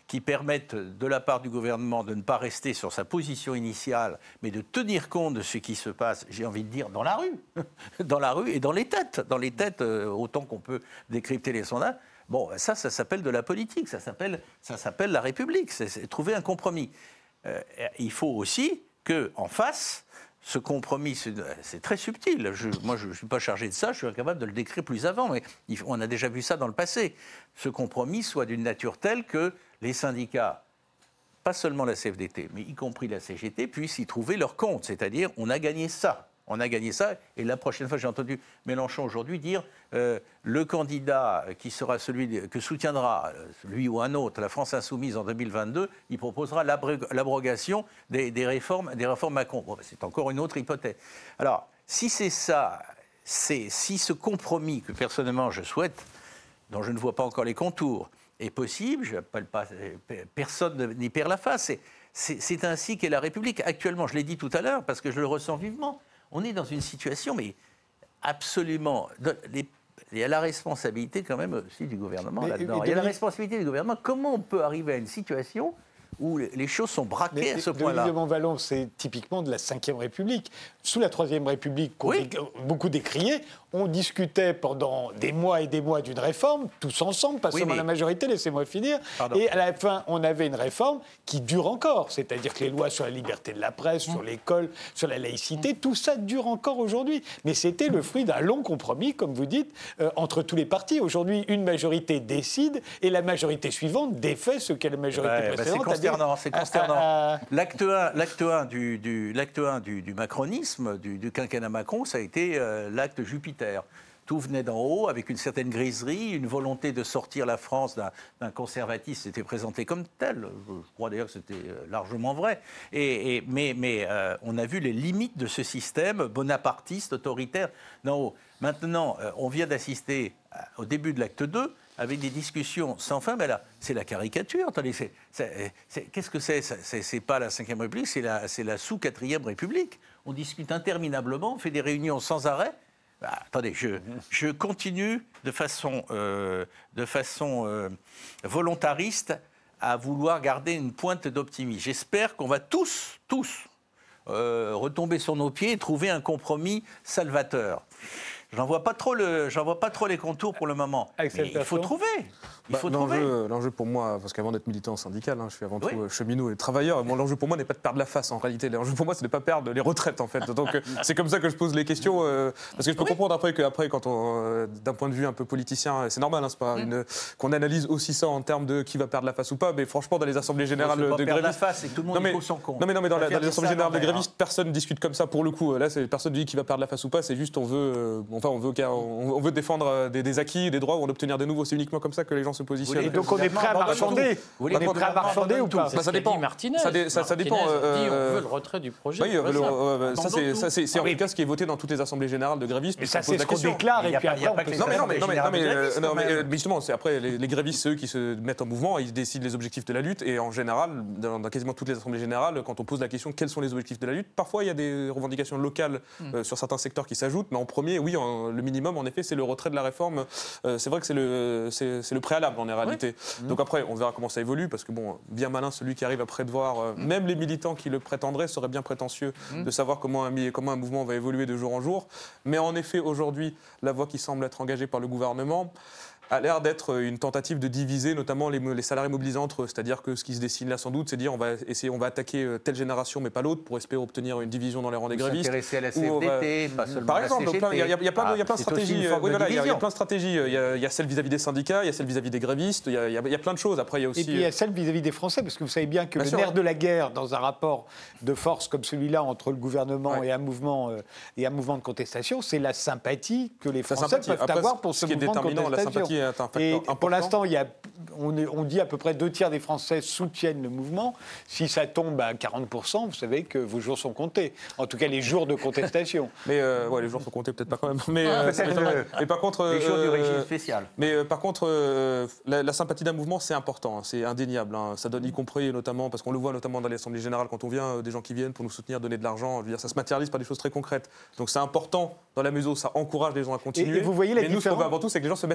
qui permettent de la part du gouvernement de ne pas rester sur sa position initiale, mais de tenir compte de ce qui se passe, j'ai envie de dire, dans la rue, dans la rue et dans les têtes, dans les têtes, euh, autant qu'on peut décrypter les sondages. Bon, ça, ça s'appelle de la politique, ça s'appelle, ça s'appelle la République, c'est, c'est trouver un compromis. Euh, il faut aussi qu'en face, ce compromis, c'est, c'est très subtil. Je, moi, je ne suis pas chargé de ça, je suis incapable de le décrire plus avant, mais il, on a déjà vu ça dans le passé. Ce compromis soit d'une nature telle que les syndicats, pas seulement la C F D T, mais y compris la C G T, puissent y trouver leur compte. C'est-à-dire, on a gagné ça. On a gagné ça, et la prochaine fois, j'ai entendu Mélenchon aujourd'hui dire euh, le candidat qui sera celui que soutiendra, lui ou un autre, la France insoumise en deux mille vingt-deux, il proposera l'abrogation des, des, réformes, des réformes Macron. Bon, c'est encore une autre hypothèse. Alors, si c'est ça, c'est, si ce compromis que personnellement je souhaite, dont je ne vois pas encore les contours, est possible, je n'appelle pas, personne n'y perd la face. C'est, c'est, c'est ainsi qu'est la République. Actuellement, je l'ai dit tout à l'heure, parce que je le ressens vivement, on est dans une situation, mais absolument... Les, il y a la responsabilité quand même aussi du gouvernement mais, là-dedans. Il y a la responsabilité du gouvernement. Comment on peut arriver à une situation où les choses sont braquées mais, à ce point-là? Denis de Montvalon, c'est typiquement de la cinquième République. Sous la troisième République, qu'on oui. a beaucoup décrié, on discutait pendant des mois et des mois d'une réforme, tous ensemble, pas oui, seulement mais... la majorité, laissez-moi finir. Pardon. Et à la fin, on avait une réforme qui dure encore. C'est-à-dire que les lois sur la liberté de la presse, mmh. sur l'école, sur la laïcité, mmh. tout ça dure encore aujourd'hui. Mais c'était le fruit d'un long compromis, comme vous dites, euh, entre tous les partis. Aujourd'hui, une majorité décide et la majorité suivante défait ce qu'est la majorité bah, précédente. Bah c'est consternant, c'est consternant. À, à... L'acte un, l'acte un, du, du, l'acte un du, du macronisme, du, du quinquennat Macron, ça a été euh, l'acte Jupiter. Tout venait d'en haut, avec une certaine griserie, une volonté de sortir la France d'un, d'un conservatisme, c'était présenté comme tel. Je crois d'ailleurs que c'était largement vrai. Et, et, mais mais euh, on a vu les limites de ce système bonapartiste, autoritaire d'en haut. Maintenant, euh, on vient d'assister à, au début de l'acte deux, avec des discussions sans fin, mais là, c'est la caricature. Attendez, c'est, c'est, c'est, qu'est-ce que c'est, c'est C'est pas la cinquième République, c'est la, c'est la sous-quatrième République. On discute interminablement, on fait des réunions sans arrêt. Bah, attendez, je, je continue de façon, euh, de façon euh, volontariste à vouloir garder une pointe d'optimisme. J'espère qu'on va tous, tous, euh, retomber sur nos pieds et trouver un compromis salvateur. J'en vois pas trop le, j'en vois pas trop les contours pour le moment. Mais il faut trouver. Il bah, faut l'enjeu, trouver. L'enjeu pour moi, parce qu'avant d'être militant syndical, hein, je suis avant tout oui. cheminot et travailleur. Bon, l'enjeu pour moi n'est pas de perdre la face en réalité. L'enjeu pour moi, c'est de ne pas perdre les retraites en fait. Donc c'est comme ça que je pose les questions. Euh, parce que je peux oui. comprendre après que après, quand on, euh, d'un point de vue un peu politicien, c'est normal, hein, c'est pas mm. une, qu'on analyse aussi ça en termes de qui va perdre la face ou pas. Mais franchement, dans les assemblées générales de grévistes, la face et tout le monde trouve son compte. Non mais non mais dans, la, dans les assemblées générales de grévistes, personne discute comme ça pour le coup. Là, c'est personne dit qui va perdre la face ou pas. C'est juste on veut, euh, enfin on veut, on veut défendre des, des acquis, des droits ou en obtenir des nouveaux. C'est uniquement comme ça que les gens se positionnent. Et donc on est prêt à marchander. On est prêt à marchander ou pas? Ça dépend. Martinez. Ça, dé, ça, ça dépend. Euh, on veut le retrait du projet. Oui, le, euh, ça c'est, ça, c'est, c'est en tout cas ce qui est voté dans toutes les assemblées générales de grévistes. Mais ça c'est ce qu'on déclare et puis après on peut. Non mais non mais non mais non mais justement c'est après les grévistes ceux qui se mettent en mouvement, ils décident les objectifs de la lutte et en général dans quasiment toutes les assemblées générales, quand on pose la question quels sont les objectifs de la lutte, parfois il y a des revendications locales sur certains secteurs qui s'ajoutent, mais en premier, oui, le minimum en effet c'est le retrait de la réforme. C'est vrai que c'est le c'est le préalable en réalité. Donc après on verra comment ça évolue, parce que bon, bien malin celui qui arrive à prévoir, euh, mm. même les militants qui le prétendraient seraient bien prétentieux mm. de savoir comment un, comment un mouvement va évoluer de jour en jour. Mais en effet, aujourd'hui, la voie qui semble être engagée par le gouvernement a l'air d'être une tentative de diviser notamment les, les salariés mobilisés entre eux. C'est-à-dire que ce qui se dessine là sans doute, c'est de dire on va essayer, on va attaquer telle génération mais pas l'autre pour espérer obtenir une division dans les rangs des grévistes. S'intéresser à la C F D T, va... pas seulement Par à la exemple, C G T. Il y, y, y a plein de, y a plein de stratégies. Oui, voilà, il y, y a plein de stratégies. Il y a, y a celle vis-à-vis des syndicats, il y a celle vis-à-vis des grévistes. Il y, y, y a plein de choses. Après, il y a aussi. Et puis il y a celle vis-à-vis des Français, parce que vous savez bien que bien le sûr, nerf ouais. de la guerre dans un rapport de force comme celui-là entre le gouvernement ouais. et un mouvement euh, et un mouvement de contestation, c'est la sympathie que les Français peuvent Après, avoir pour ce, ce mouvement de contestation. La sympathie est un facteur et important. Pour l'instant, il y a, on, est, on dit à peu près deux tiers des Français soutiennent le mouvement. Si ça tombe à quarante pour cent, vous savez que vos jours sont comptés. En tout cas, les jours de contestation. Mais euh, ouais, les jours sont comptés, peut-être pas quand même. Mais, euh, mais, mais par contre, les jours euh, du régime spécial. Mais euh, par contre, euh, la, la sympathie d'un mouvement, c'est important, hein, c'est indéniable. Hein. Ça donne y compris notamment, parce qu'on le voit notamment dans l'Assemblée générale quand on vient, euh, des gens qui viennent pour nous soutenir, donner de l'argent. Je veux dire, ça se matérialise par des choses très concrètes. Donc c'est important dans la mesure où ça encourage les gens à continuer. Et, et vous voyez la mais nous, ce qu'on veut avant tout, c'est que les gens se mettent en grève.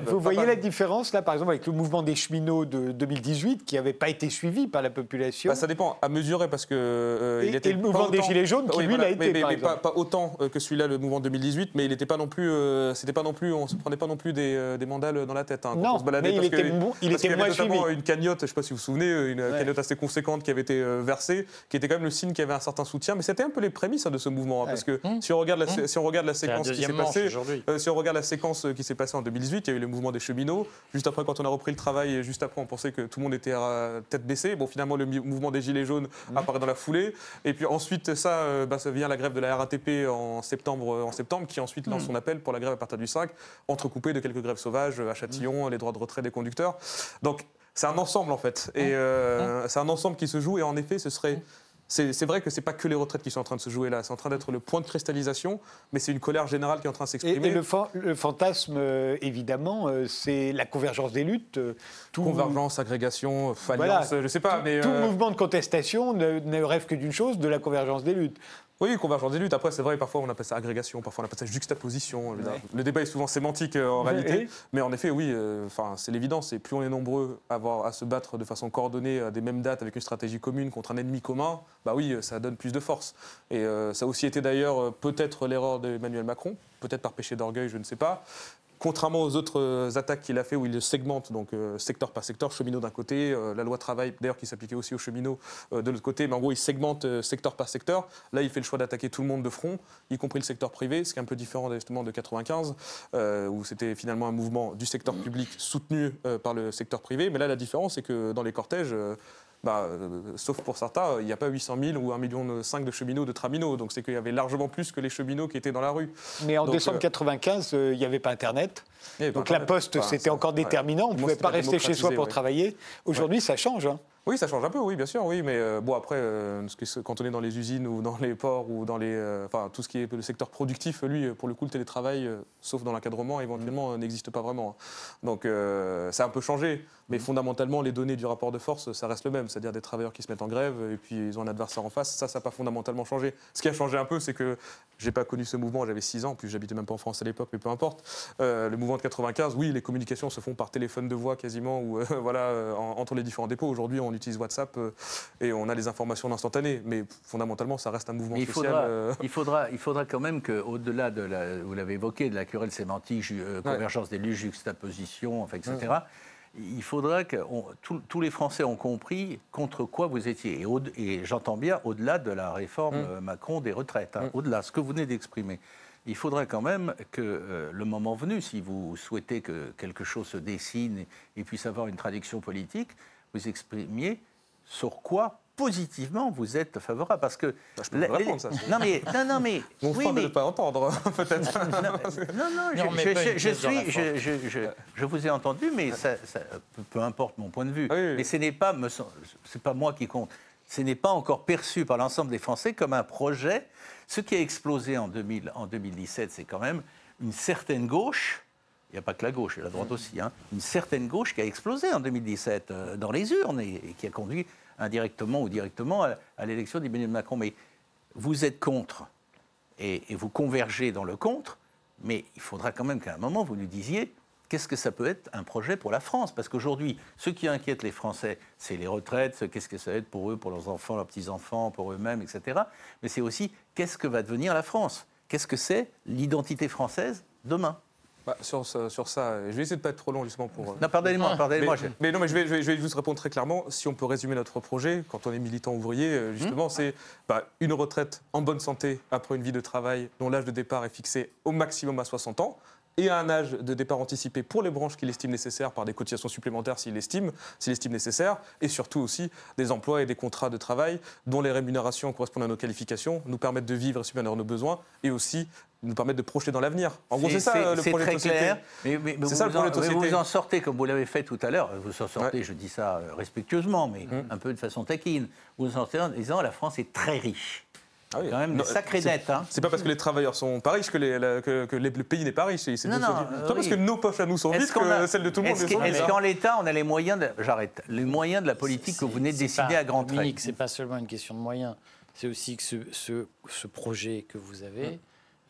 grève. Vous voyez la différence, là, par exemple, avec le mouvement des cheminots de deux mille dix-huit, qui n'avait pas été suivi par la population? Bah, ça dépend, à mesurer, parce que... Euh, et, il était et le mouvement des Gilets jaunes, qui, oui, lui, voilà, l'a été, mais, par mais, exemple. Mais pas, pas autant que celui-là, le mouvement deux mille dix-huit, mais il n'était pas non plus... Euh, c'était pas non plus, on ne se prenait pas non plus des, euh, des mandales dans la tête. Hein, non, on se baladait, mais il parce était, que, bon, il parce était qu'il y moins avait notamment suivi. une cagnotte, je ne sais pas si vous vous souvenez, une ouais. cagnotte assez conséquente qui avait été euh, versée, qui était quand même le signe qu'il y avait un certain soutien, mais c'était un peu les prémices hein, de ce mouvement, hein, parce que Mmh. si on regarde la, mmh. si on regarde la séquence qui s'est passée, euh, si on regarde la séquence qui s'est passée en deux mille dix-huit, il y a eu le mouvement des cheminots. Juste après, quand on a repris le travail, et juste après, on pensait que tout le monde était à tête baissée. Bon, finalement, le mouvement des Gilets jaunes mmh. apparaît dans la foulée. Et puis ensuite, ça, euh, bah, ça vient la grève de la R A T P en septembre, en septembre qui ensuite lance mmh. son appel pour la grève à partir du cinq, entrecoupé de quelques grèves sauvages à Châtillon, mmh. les droits de retrait des conducteurs. Donc, c'est un ensemble, en fait. Et euh, mmh. c'est un ensemble qui se joue. Et en effet, ce serait... C'est, c'est vrai que ce n'est pas que les retraites qui sont en train de se jouer là, c'est en train d'être le point de cristallisation, mais c'est une colère générale qui est en train de s'exprimer. Et, et le, fa- le fantasme, euh, évidemment, euh, c'est la convergence des luttes. Euh, tout... Convergence, agrégation, alliance, voilà. je ne sais pas. Tout, mais tout euh... mouvement de contestation ne, ne rêve que d'une chose, de la convergence des luttes. Oui, convergence des luttes. Après, c'est vrai, parfois on appelle ça agrégation, parfois on appelle ça juxtaposition. Ouais. Le débat est souvent sémantique euh, en réalité. Ouais. Mais en effet, oui, euh, c'est l'évidence. Et plus on est nombreux à, avoir, à se battre de façon coordonnée à des mêmes dates avec une stratégie commune contre un ennemi commun, bah oui, ça donne plus de force. Et euh, ça a aussi été d'ailleurs peut-être l'erreur d'Emmanuel Macron, peut-être par péché d'orgueil, je ne sais pas. Contrairement aux autres euh, attaques qu'il a fait où il segmente, donc euh, secteur par secteur, cheminots d'un côté, euh, la loi travail d'ailleurs qui s'appliquait aussi aux cheminots euh, de l'autre côté, mais en gros il segmente euh, secteur par secteur. Là il fait le choix d'attaquer tout le monde de front, y compris le secteur privé, ce qui est un peu différent justement de quatre-vingt-quinze, euh, où c'était finalement un mouvement du secteur public soutenu euh, par le secteur privé. Mais là la différence c'est que dans les cortèges, euh, Bah, euh, sauf pour certains, il n'y a pas huit cent mille ou un virgule cinq million de cheminots, de traminots. Donc c'est qu'il y avait largement plus que les cheminots qui étaient dans la rue. Mais en donc, décembre euh, quatre-vingt-quinze, il euh, n'y avait pas Internet. Donc pas la Internet. Poste, Enfin, c'était encore déterminant. Ouais. On ne pouvait pas rester chez soi pour ouais. travailler. Aujourd'hui, ouais. ça change. Hein. Oui, ça change un peu, oui, bien sûr, oui. Mais euh, bon, après, euh, quand on est dans les usines ou dans les ports ou dans les... Euh, enfin, tout ce qui est le secteur productif, lui, pour le coup, le télétravail, euh, sauf dans l'encadrement, éventuellement, mmh. n'existe pas vraiment. Donc, euh, ça a un peu changé. Mais mmh. fondamentalement, les données du rapport de force, ça reste le même. C'est-à-dire des travailleurs qui se mettent en grève et puis ils ont un adversaire en face. Ça, ça n'a pas fondamentalement changé. Ce qui a changé un peu, c'est que je n'ai pas connu ce mouvement, j'avais six ans, puis j'habitais même pas en France à l'époque, mais peu importe. Euh, le mouvement de quatre-vingt-quinze, oui, les communications se font par téléphone de voix quasiment, ou euh, voilà, euh, en, entre les différents dépôts. Aujourd'hui, on utilise WhatsApp euh, et on a les informations en instantané. Mais fondamentalement, ça reste un mouvement il social. Faudra, euh... il, faudra, il faudra quand même qu'au-delà de la, vous l'avez évoqué, de la querelle sémantique, euh, convergence ouais. des luttes, juxtaposition, enfin, et cetera. Ouais. Il faudra que on, tout, tous les Français ont compris contre quoi vous étiez. Et, au, et j'entends bien au-delà de la réforme mmh. Macron des retraites, hein, mmh. au-delà, ce que vous venez d'exprimer. Il faudrait quand même que euh, le moment venu, si vous souhaitez que quelque chose se dessine et, et puisse avoir une traduction politique, vous exprimiez sur quoi positivement vous êtes favorable, parce que je peux la, vous répondre, ça. Non mais non non mais mon oui, frère mais... ne pas entendre peut-être. Non non, non, non je, je, je, je suis je, je, je, je vous ai entendu, mais ça, ça, peu importe mon point de vue. Ah, oui, oui. Mais ce n'est pas me c'est pas moi qui compte. Ce n'est pas encore perçu par l'ensemble des Français comme un projet. Ce qui a explosé en, deux mille, en deux mille dix-sept, c'est quand même une certaine gauche. Il n'y a pas que la gauche, il y a la droite aussi. Hein, une certaine gauche qui a explosé en deux mille dix-sept euh, dans les urnes et, et qui a conduit indirectement ou directement à, à l'élection d'Emmanuel Macron. Mais vous êtes contre et, et vous convergez dans le contre, mais il faudra quand même qu'à un moment vous nous disiez qu'est-ce que ça peut être un projet pour la France. Parce qu'aujourd'hui, ce qui inquiète les Français, c'est les retraites, qu'est-ce que ça va être pour eux, pour leurs enfants, leurs petits-enfants, pour eux-mêmes, et cetera. Mais c'est aussi qu'est-ce que va devenir la France. Qu'est-ce que c'est l'identité française demain? Bah, sur, sur ça, je vais essayer de ne pas être trop long justement pour... Non, pardonnez-moi, pardonnez-moi. Mais, mais non, mais je vais, je, vais, je vais juste répondre très clairement. Si on peut résumer notre projet, quand on est militant ouvrier, justement, mmh. c'est bah, une retraite en bonne santé après une vie de travail dont l'âge de départ est fixé au maximum à soixante ans, et à un âge de départ anticipé pour les branches qu'il estime nécessaires par des cotisations supplémentaires s'il estime, s'il estime nécessaire, et surtout aussi des emplois et des contrats de travail dont les rémunérations correspondent à nos qualifications, nous permettent de vivre et subvenir à nos besoins, et aussi nous permettent de projeter dans l'avenir. En gros, c'est ça le projet de société. Clair, mais, mais, mais c'est ça le projet de société. Vous vous en sortez, comme vous l'avez fait tout à l'heure, vous en sortez, ouais. je dis ça respectueusement, mais mmh. un peu de façon taquine, vous en sortez en disant la France est très riche. Ah oui. Quand même des sacrées dettes. Hein. C'est pas parce que les travailleurs sont pas riches que, les, la, que, que les, le pays n'est pas riche. C'est non, non, euh, pas oui. parce que nos poches à nous sont vides que a, celles de tout le monde. Est-ce, est-ce qu'en l'État, on a les moyens de, j'arrête, les moyens de la politique c'est, que vous venez de décider pas, à grands traits? Dominique, c'est pas seulement une question de moyens. C'est aussi que ce, ce, ce projet que vous avez, mmh.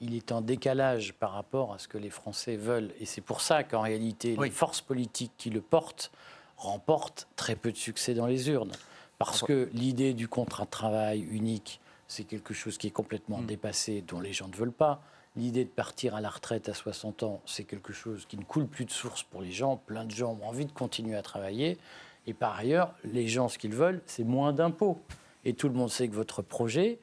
il est en décalage par rapport à ce que les Français veulent. Et c'est pour ça qu'en réalité, oui. les forces politiques qui le portent remportent très peu de succès dans les urnes. Parce que l'idée du contrat de travail unique, c'est quelque chose qui est complètement mmh. dépassé, dont les gens ne veulent pas. L'idée de partir à la retraite à soixante ans, c'est quelque chose qui ne coule plus de source pour les gens. Plein de gens ont envie de continuer à travailler. Et par ailleurs, les gens, ce qu'ils veulent, c'est moins d'impôts. Et tout le monde sait que votre projet,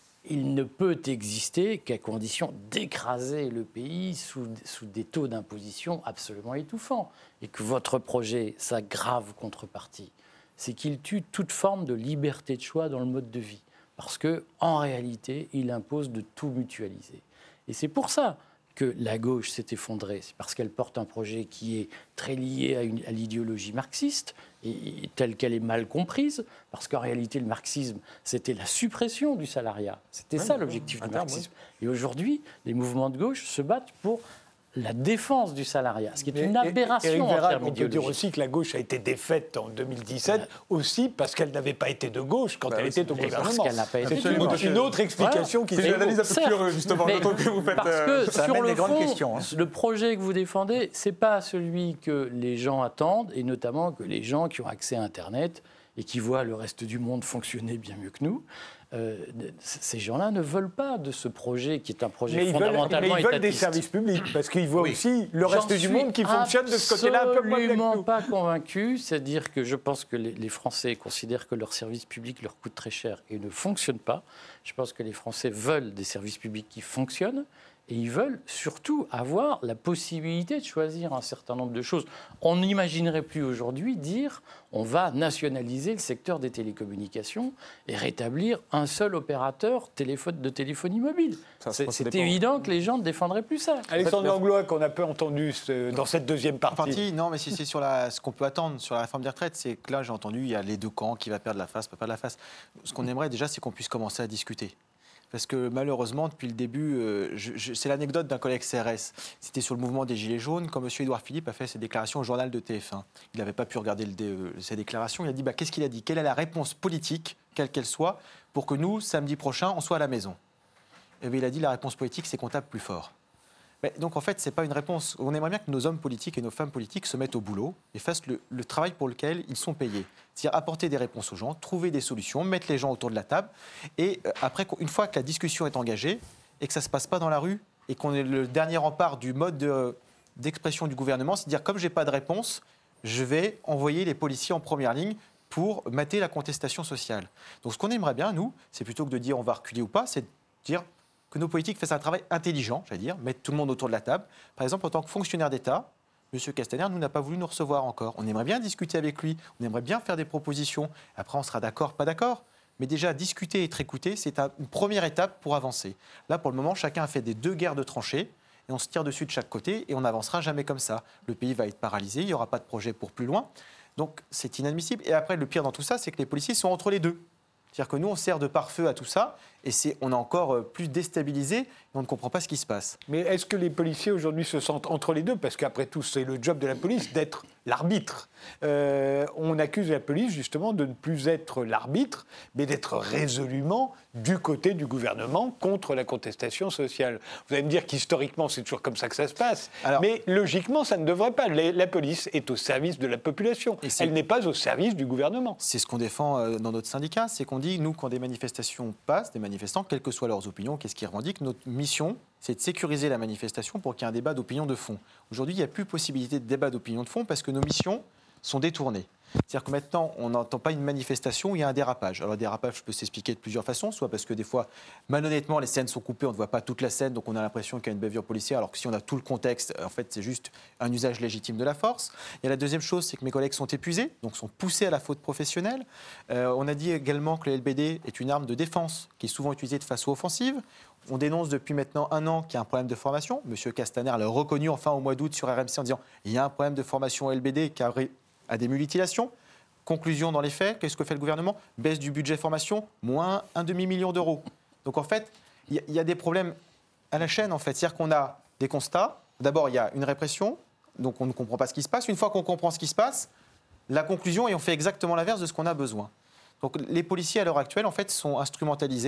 il ne peut exister qu'à condition d'écraser le pays sous, sous des taux d'imposition absolument étouffants. Et que votre projet, sa grave contrepartie, c'est qu'il tue toute forme de liberté de choix dans le mode de vie. Parce qu'en réalité, il impose de tout mutualiser. Et c'est pour ça que la gauche s'est effondrée. C'est parce qu'elle porte un projet qui est très lié à, une, à l'idéologie marxiste, et, et telle qu'elle est mal comprise, parce qu'en réalité, le marxisme, c'était la suppression du salariat. C'était ouais, ça l'objectif du marxisme. Ouais. Et aujourd'hui, les mouvements de gauche se battent pour la défense du salariat, ce qui est mais, une aberration. Éric Véral, en termes on peut dire aussi que la gauche a été défaite en deux mille dix-sept, euh, aussi parce qu'elle n'avait pas été de gauche quand bah, elle était au gouvernement. Parce qu'elle n'a pas été c'est une, autre, une autre explication voilà. qui c'est une analyse un peu plus justement mais, que vous faites. Parce que ça sur le fond, questions, hein. le projet que vous défendez, c'est pas celui que les gens attendent, et notamment que les gens qui ont accès à Internet et qui voient le reste du monde fonctionner bien mieux que nous. Euh, ces gens-là ne veulent pas de ce projet qui est un projet mais fondamentalement étatiste. Mais ils veulent étatiste. des services publics, parce qu'ils voient oui. aussi le reste J'en du monde qui fonctionne de ce côté-là un peu moins bien que nous. Absolument pas convaincu, c'est-à-dire que je pense que les, les Français considèrent que leurs services publics leur coûtent très cher et ne fonctionnent pas. Je pense que les Français veulent des services publics qui fonctionnent. Et ils veulent surtout avoir la possibilité de choisir un certain nombre de choses. On n'imaginerait plus aujourd'hui dire on va nationaliser le secteur des télécommunications et rétablir un seul opérateur téléphone, de téléphonie mobile. Ça, c'est c'est évident que les gens ne défendraient plus ça. Alexandre Langlois, qu'on a peu entendu ce, dans cette deuxième partie. partie non, mais si c'est sur la, ce qu'on peut attendre sur la réforme des retraites, c'est que là, j'ai entendu, il y a les deux camps, qui va perdre la face, pas perdre la face. Ce qu'on aimerait déjà, c'est qu'on puisse commencer à discuter. Parce que malheureusement, depuis le début, euh, je, je, c'est l'anecdote d'un collègue C R S. C'était sur le mouvement des Gilets jaunes, quand M. Édouard Philippe a fait ses déclarations au journal de T F un. Il n'avait pas pu regarder le, euh, ses déclarations. Il a dit bah, qu'est-ce qu'il a dit ? Quelle est la réponse politique, quelle qu'elle soit, pour que nous, samedi prochain, on soit à la maison ? Et bien, il a dit la réponse politique, c'est qu'on tape plus fort. Mais donc en fait, ce n'est pas une réponse. On aimerait bien que nos hommes politiques et nos femmes politiques se mettent au boulot et fassent le, le travail pour lequel ils sont payés. C'est-à-dire apporter des réponses aux gens, trouver des solutions, mettre les gens autour de la table. Et euh, après, une fois que la discussion est engagée et que ça ne se passe pas dans la rue et qu'on est le dernier rempart du mode de, d'expression du gouvernement, c'est-à-dire comme je n'ai pas de réponse, je vais envoyer les policiers en première ligne pour mater la contestation sociale. Donc ce qu'on aimerait bien, nous, c'est plutôt que de dire on va reculer ou pas, c'est de dire que nos politiques fassent un travail intelligent, j'allais dire, mettre tout le monde autour de la table. Par exemple, en tant que fonctionnaire d'État, M. Castaner nous n'a pas voulu nous recevoir encore. On aimerait bien discuter avec lui, on aimerait bien faire des propositions. Après, on sera d'accord, pas d'accord. Mais déjà, discuter et être écouté, c'est une première étape pour avancer. Là, pour le moment, chacun a fait des deux guerres de tranchées et on se tire dessus de chaque côté et on n'avancera jamais comme ça. Le pays va être paralysé, il n'y aura pas de projet pour plus loin. Donc, c'est inadmissible. Et après, le pire dans tout ça, c'est que les policiers sont entre les deux. C'est-à-dire que nous, on sert de pare-feu à tout ça, et c'est, on est encore plus déstabilisé, et on ne comprend pas ce qui se passe. Mais est-ce que les policiers aujourd'hui se sentent entre les deux ? Parce qu'après tout, c'est le job de la police d'être l'arbitre. Euh, on accuse la police justement de ne plus être l'arbitre, mais d'être résolument du côté du gouvernement contre la contestation sociale. Vous allez me dire qu'historiquement, c'est toujours comme ça que ça se passe. Alors, mais logiquement, ça ne devrait pas. La police est au service de la population. Elle n'est pas au service du gouvernement. C'est ce qu'on défend dans notre syndicat, c'est qu'on dit, nous, quand des manifestations passent, des manifestants, quelles que soient leurs opinions, qu'est-ce qu'ils revendiquent, notre mission, c'est de sécuriser la manifestation pour qu'il y ait un débat d'opinion de fond. Aujourd'hui, il n'y a plus possibilité de débat d'opinion de fond parce que nos missions sont détournées. C'est-à-dire que maintenant, on n'entend pas une manifestation où il y a un dérapage. Alors, le dérapage peut s'expliquer de plusieurs façons, soit parce que des fois, malhonnêtement, les scènes sont coupées, on ne voit pas toute la scène, donc on a l'impression qu'il y a une bavure policière, alors que si on a tout le contexte, en fait, c'est juste un usage légitime de la force. Et la deuxième chose, c'est que mes collègues sont épuisés, donc sont poussés à la faute professionnelle. Euh, on a dit également que le L B D est une arme de défense qui est souvent utilisée de façon offensive. On dénonce depuis maintenant un an qu'il y a un problème de formation. Monsieur Castaner l'a reconnu enfin au mois d'août sur R M C en disant il y a un problème de formation au L B D qui a à des mutilations. Conclusion dans les faits, qu'est-ce que fait le gouvernement ? Baisse du budget formation, moins un demi-million d'euros. Donc en fait, il y, y a des problèmes à la chaîne en fait. C'est-à-dire qu'on a des constats. D'abord, il y a une répression, donc on ne comprend pas ce qui se passe. Une fois qu'on comprend ce qui se passe, la conclusion, et on fait exactement l'inverse de ce qu'on a besoin. Donc les policiers à l'heure actuelle en fait sont instrumentalisés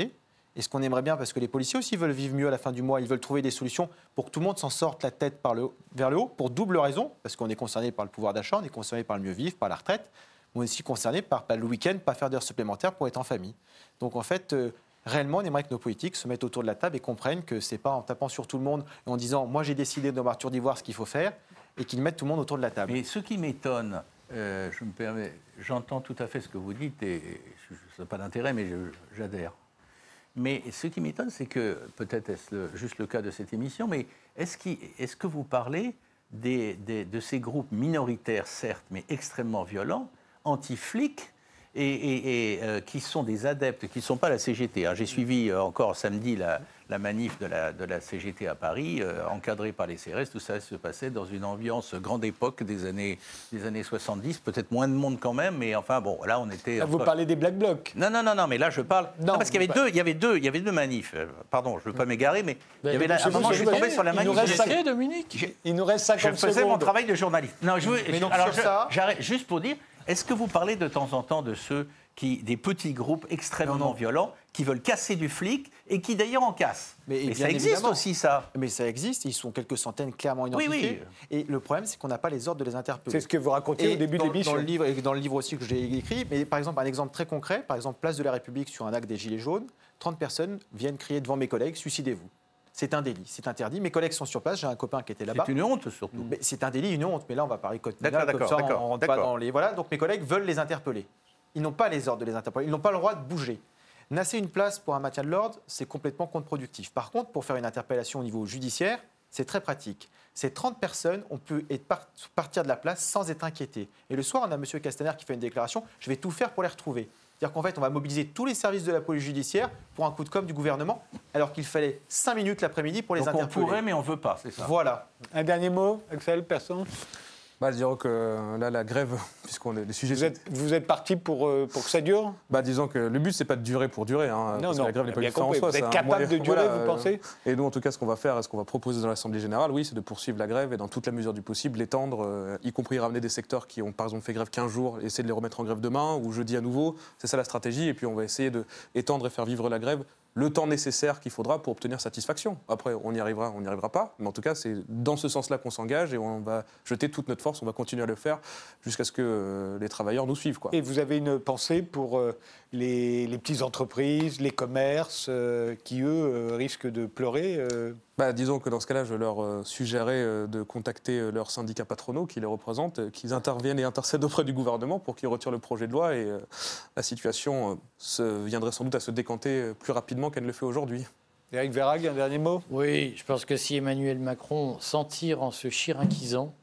Et ce qu'on aimerait bien, parce que les policiers aussi veulent vivre mieux à la fin du mois, ils veulent trouver des solutions pour que tout le monde s'en sorte la tête par le, vers le haut, pour double raison, parce qu'on est concerné par le pouvoir d'achat, on est concerné par le mieux vivre, par la retraite, mais on est aussi concerné par, par le week-end, pas faire d'heures supplémentaires pour être en famille. Donc en fait, euh, réellement, on aimerait que nos politiques se mettent autour de la table et comprennent que ce n'est pas en tapant sur tout le monde et en disant « moi j'ai décidé dans ma tour d'ivoire ce qu'il faut faire », et qu'ils mettent tout le monde autour de la table. Mais ce qui m'étonne, euh, je me permets, j'entends tout à fait ce que vous dites et je n'ai pas d'intérêt, mais je, j'adhère. Mais ce qui m'étonne, c'est que, peut-être est-ce le, juste le cas de cette émission, mais est-ce, qui, est-ce que vous parlez des, des, de ces groupes minoritaires, certes, mais extrêmement violents, anti-flics, et, et, et euh, qui sont des adeptes, qui ne sont pas la C G T. Hein. J'ai suivi euh, encore samedi la, la manif de la, de la C G T à Paris, euh, encadrée par les C R S. Tout ça se passait dans une ambiance grande époque des années, des années soixante-dix, peut-être moins de monde quand même, mais enfin bon, là on était... Là, vous entre... parlez des Black Blocs. Non, non, non, non, mais là je parle... Non, non parce qu'il y avait, deux, il y avait deux, il y avait deux manifs. Pardon, je ne veux pas m'égarer, mais il y avait là, à un moment, je suis tombé sur la manif. Il nous reste cinq... Dominique. Il nous reste cinquante secondes. Je faisais mon travail de journaliste. Non, je veux... Mais donc Alors, sur je... ça... j'arrête juste pour dire, est-ce que vous parlez de temps en temps de ceux qui, des petits groupes extrêmement non, non. violents qui veulent casser du flic et qui d'ailleurs en cassent. Mais, mais ça existe évidemment. aussi, ça. Mais ça existe, ils sont quelques centaines clairement identifiés. Oui, oui. Et le problème, c'est qu'on n'a pas les ordres de les interpeller. C'est ce que vous racontiez et au début de l'émission. Dans le livre, et dans le livre aussi que j'ai écrit, mais par exemple, un exemple très concret, par exemple, place de la République sur un acte des Gilets jaunes, trente personnes viennent crier devant mes collègues « Suicidez-vous ». C'est un délit, c'est interdit. Mes collègues sont sur place, j'ai un copain qui était là-bas. C'est une honte surtout. Mais c'est un délit, une honte, mais là on va parler code pénal, d'accord, comme ça d'accord, on rentre pas dans les... Voilà, donc mes collègues veulent les interpeller. Ils n'ont pas les ordres de les interpeller, ils n'ont pas le droit de bouger. Nasser une place pour un maintien de l'ordre, c'est complètement contre-productif. Par contre, pour faire une interpellation au niveau judiciaire, c'est très pratique. Ces trente personnes, on peut être part- partir de la place sans être inquiété. Et le soir, on a M. Castaner qui fait une déclaration, je vais tout faire pour les retrouver. C'est-à-dire qu'en fait, on va mobiliser tous les services de la police judiciaire pour un coup de com' du gouvernement, alors qu'il fallait cinq minutes l'après-midi pour les Donc interpeller. On pourrait, mais on ne veut pas, c'est ça. Voilà. Un dernier mot, Axel, personne bah, je dirais que là, la grève, puisqu'on est les sujets. Vous êtes, vous êtes parti pour, euh, pour que ça dure bah, disons que le but, c'est pas de durer pour durer. Hein, non, parce non, que la grève n'est pas bien une fin en soi. Vous êtes c'est capable moyen, de durer, voilà, vous pensez Et nous, en tout cas, ce qu'on va faire et ce qu'on va proposer dans l'Assemblée générale, oui, c'est de poursuivre la grève et dans toute la mesure du possible, l'étendre, euh, y compris ramener des secteurs qui ont, par exemple, fait grève quinze jours, essayer de les remettre en grève demain ou jeudi à nouveau. C'est ça la stratégie. Et puis, on va essayer d'étendre et faire vivre la grève le temps nécessaire qu'il faudra pour obtenir satisfaction. Après, on y arrivera, on n'y arrivera pas. Mais en tout cas, c'est dans ce sens-là qu'on s'engage et on va jeter toute notre force, on va continuer à le faire jusqu'à ce que euh, les travailleurs nous suivent. Quoi. Et vous avez une pensée pour euh, les, les petites entreprises, les commerces, euh, qui, eux, euh, risquent de pleurer euh... bah, disons que dans ce cas-là, je leur euh, suggérerais euh, de contacter euh, leurs syndicats patronaux qui les représentent, euh, qu'ils interviennent et intercèdent auprès du gouvernement pour qu'ils retirent le projet de loi et euh, la situation euh, se, viendrait sans doute à se décanter euh, plus rapidement qu'elle ne le fait aujourd'hui. Éric Verhaeghe, un dernier mot ? Oui, je pense que si Emmanuel Macron s'en tire en se chirurgisant,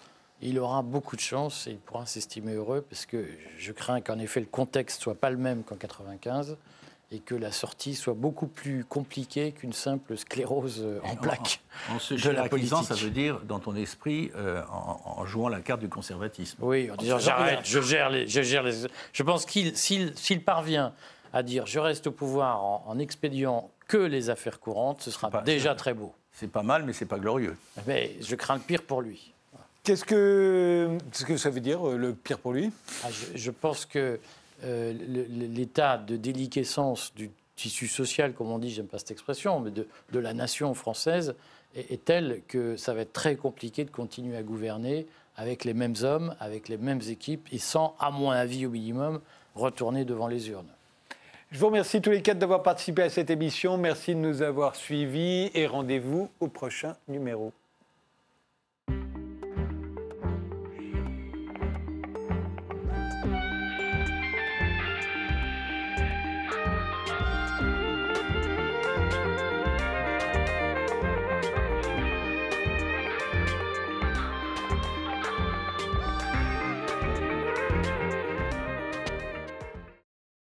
il aura beaucoup de chance et il pourra s'estimer heureux parce que je crains qu'en effet le contexte ne soit pas le même qu'en quatre-vingt-quinze et que la sortie soit beaucoup plus compliquée qu'une simple sclérose en plaques. En, en, en se chirurgisant, ça veut dire dans ton esprit, euh, en, en jouant la carte du conservatisme. Oui, en disant j'arrête, je gère les, je gère les. Je pense qu'il s'il, s'il parvient à dire je reste au pouvoir en, en expédiant que les affaires courantes, ce sera pas, déjà très beau. C'est pas mal, mais c'est pas glorieux. Mais je crains le pire pour lui. Qu'est-ce que, qu'est-ce que ça veut dire, le pire pour lui ? ah, je, je pense que euh, le, l'état de déliquescence du tissu social, comme on dit, j'aime pas cette expression, mais de, de la nation française est, est tel que ça va être très compliqué de continuer à gouverner avec les mêmes hommes, avec les mêmes équipes, et sans, à mon avis au minimum, retourner devant les urnes. Je vous remercie tous les quatre d'avoir participé à cette émission. Merci de nous avoir suivis et rendez-vous au prochain numéro.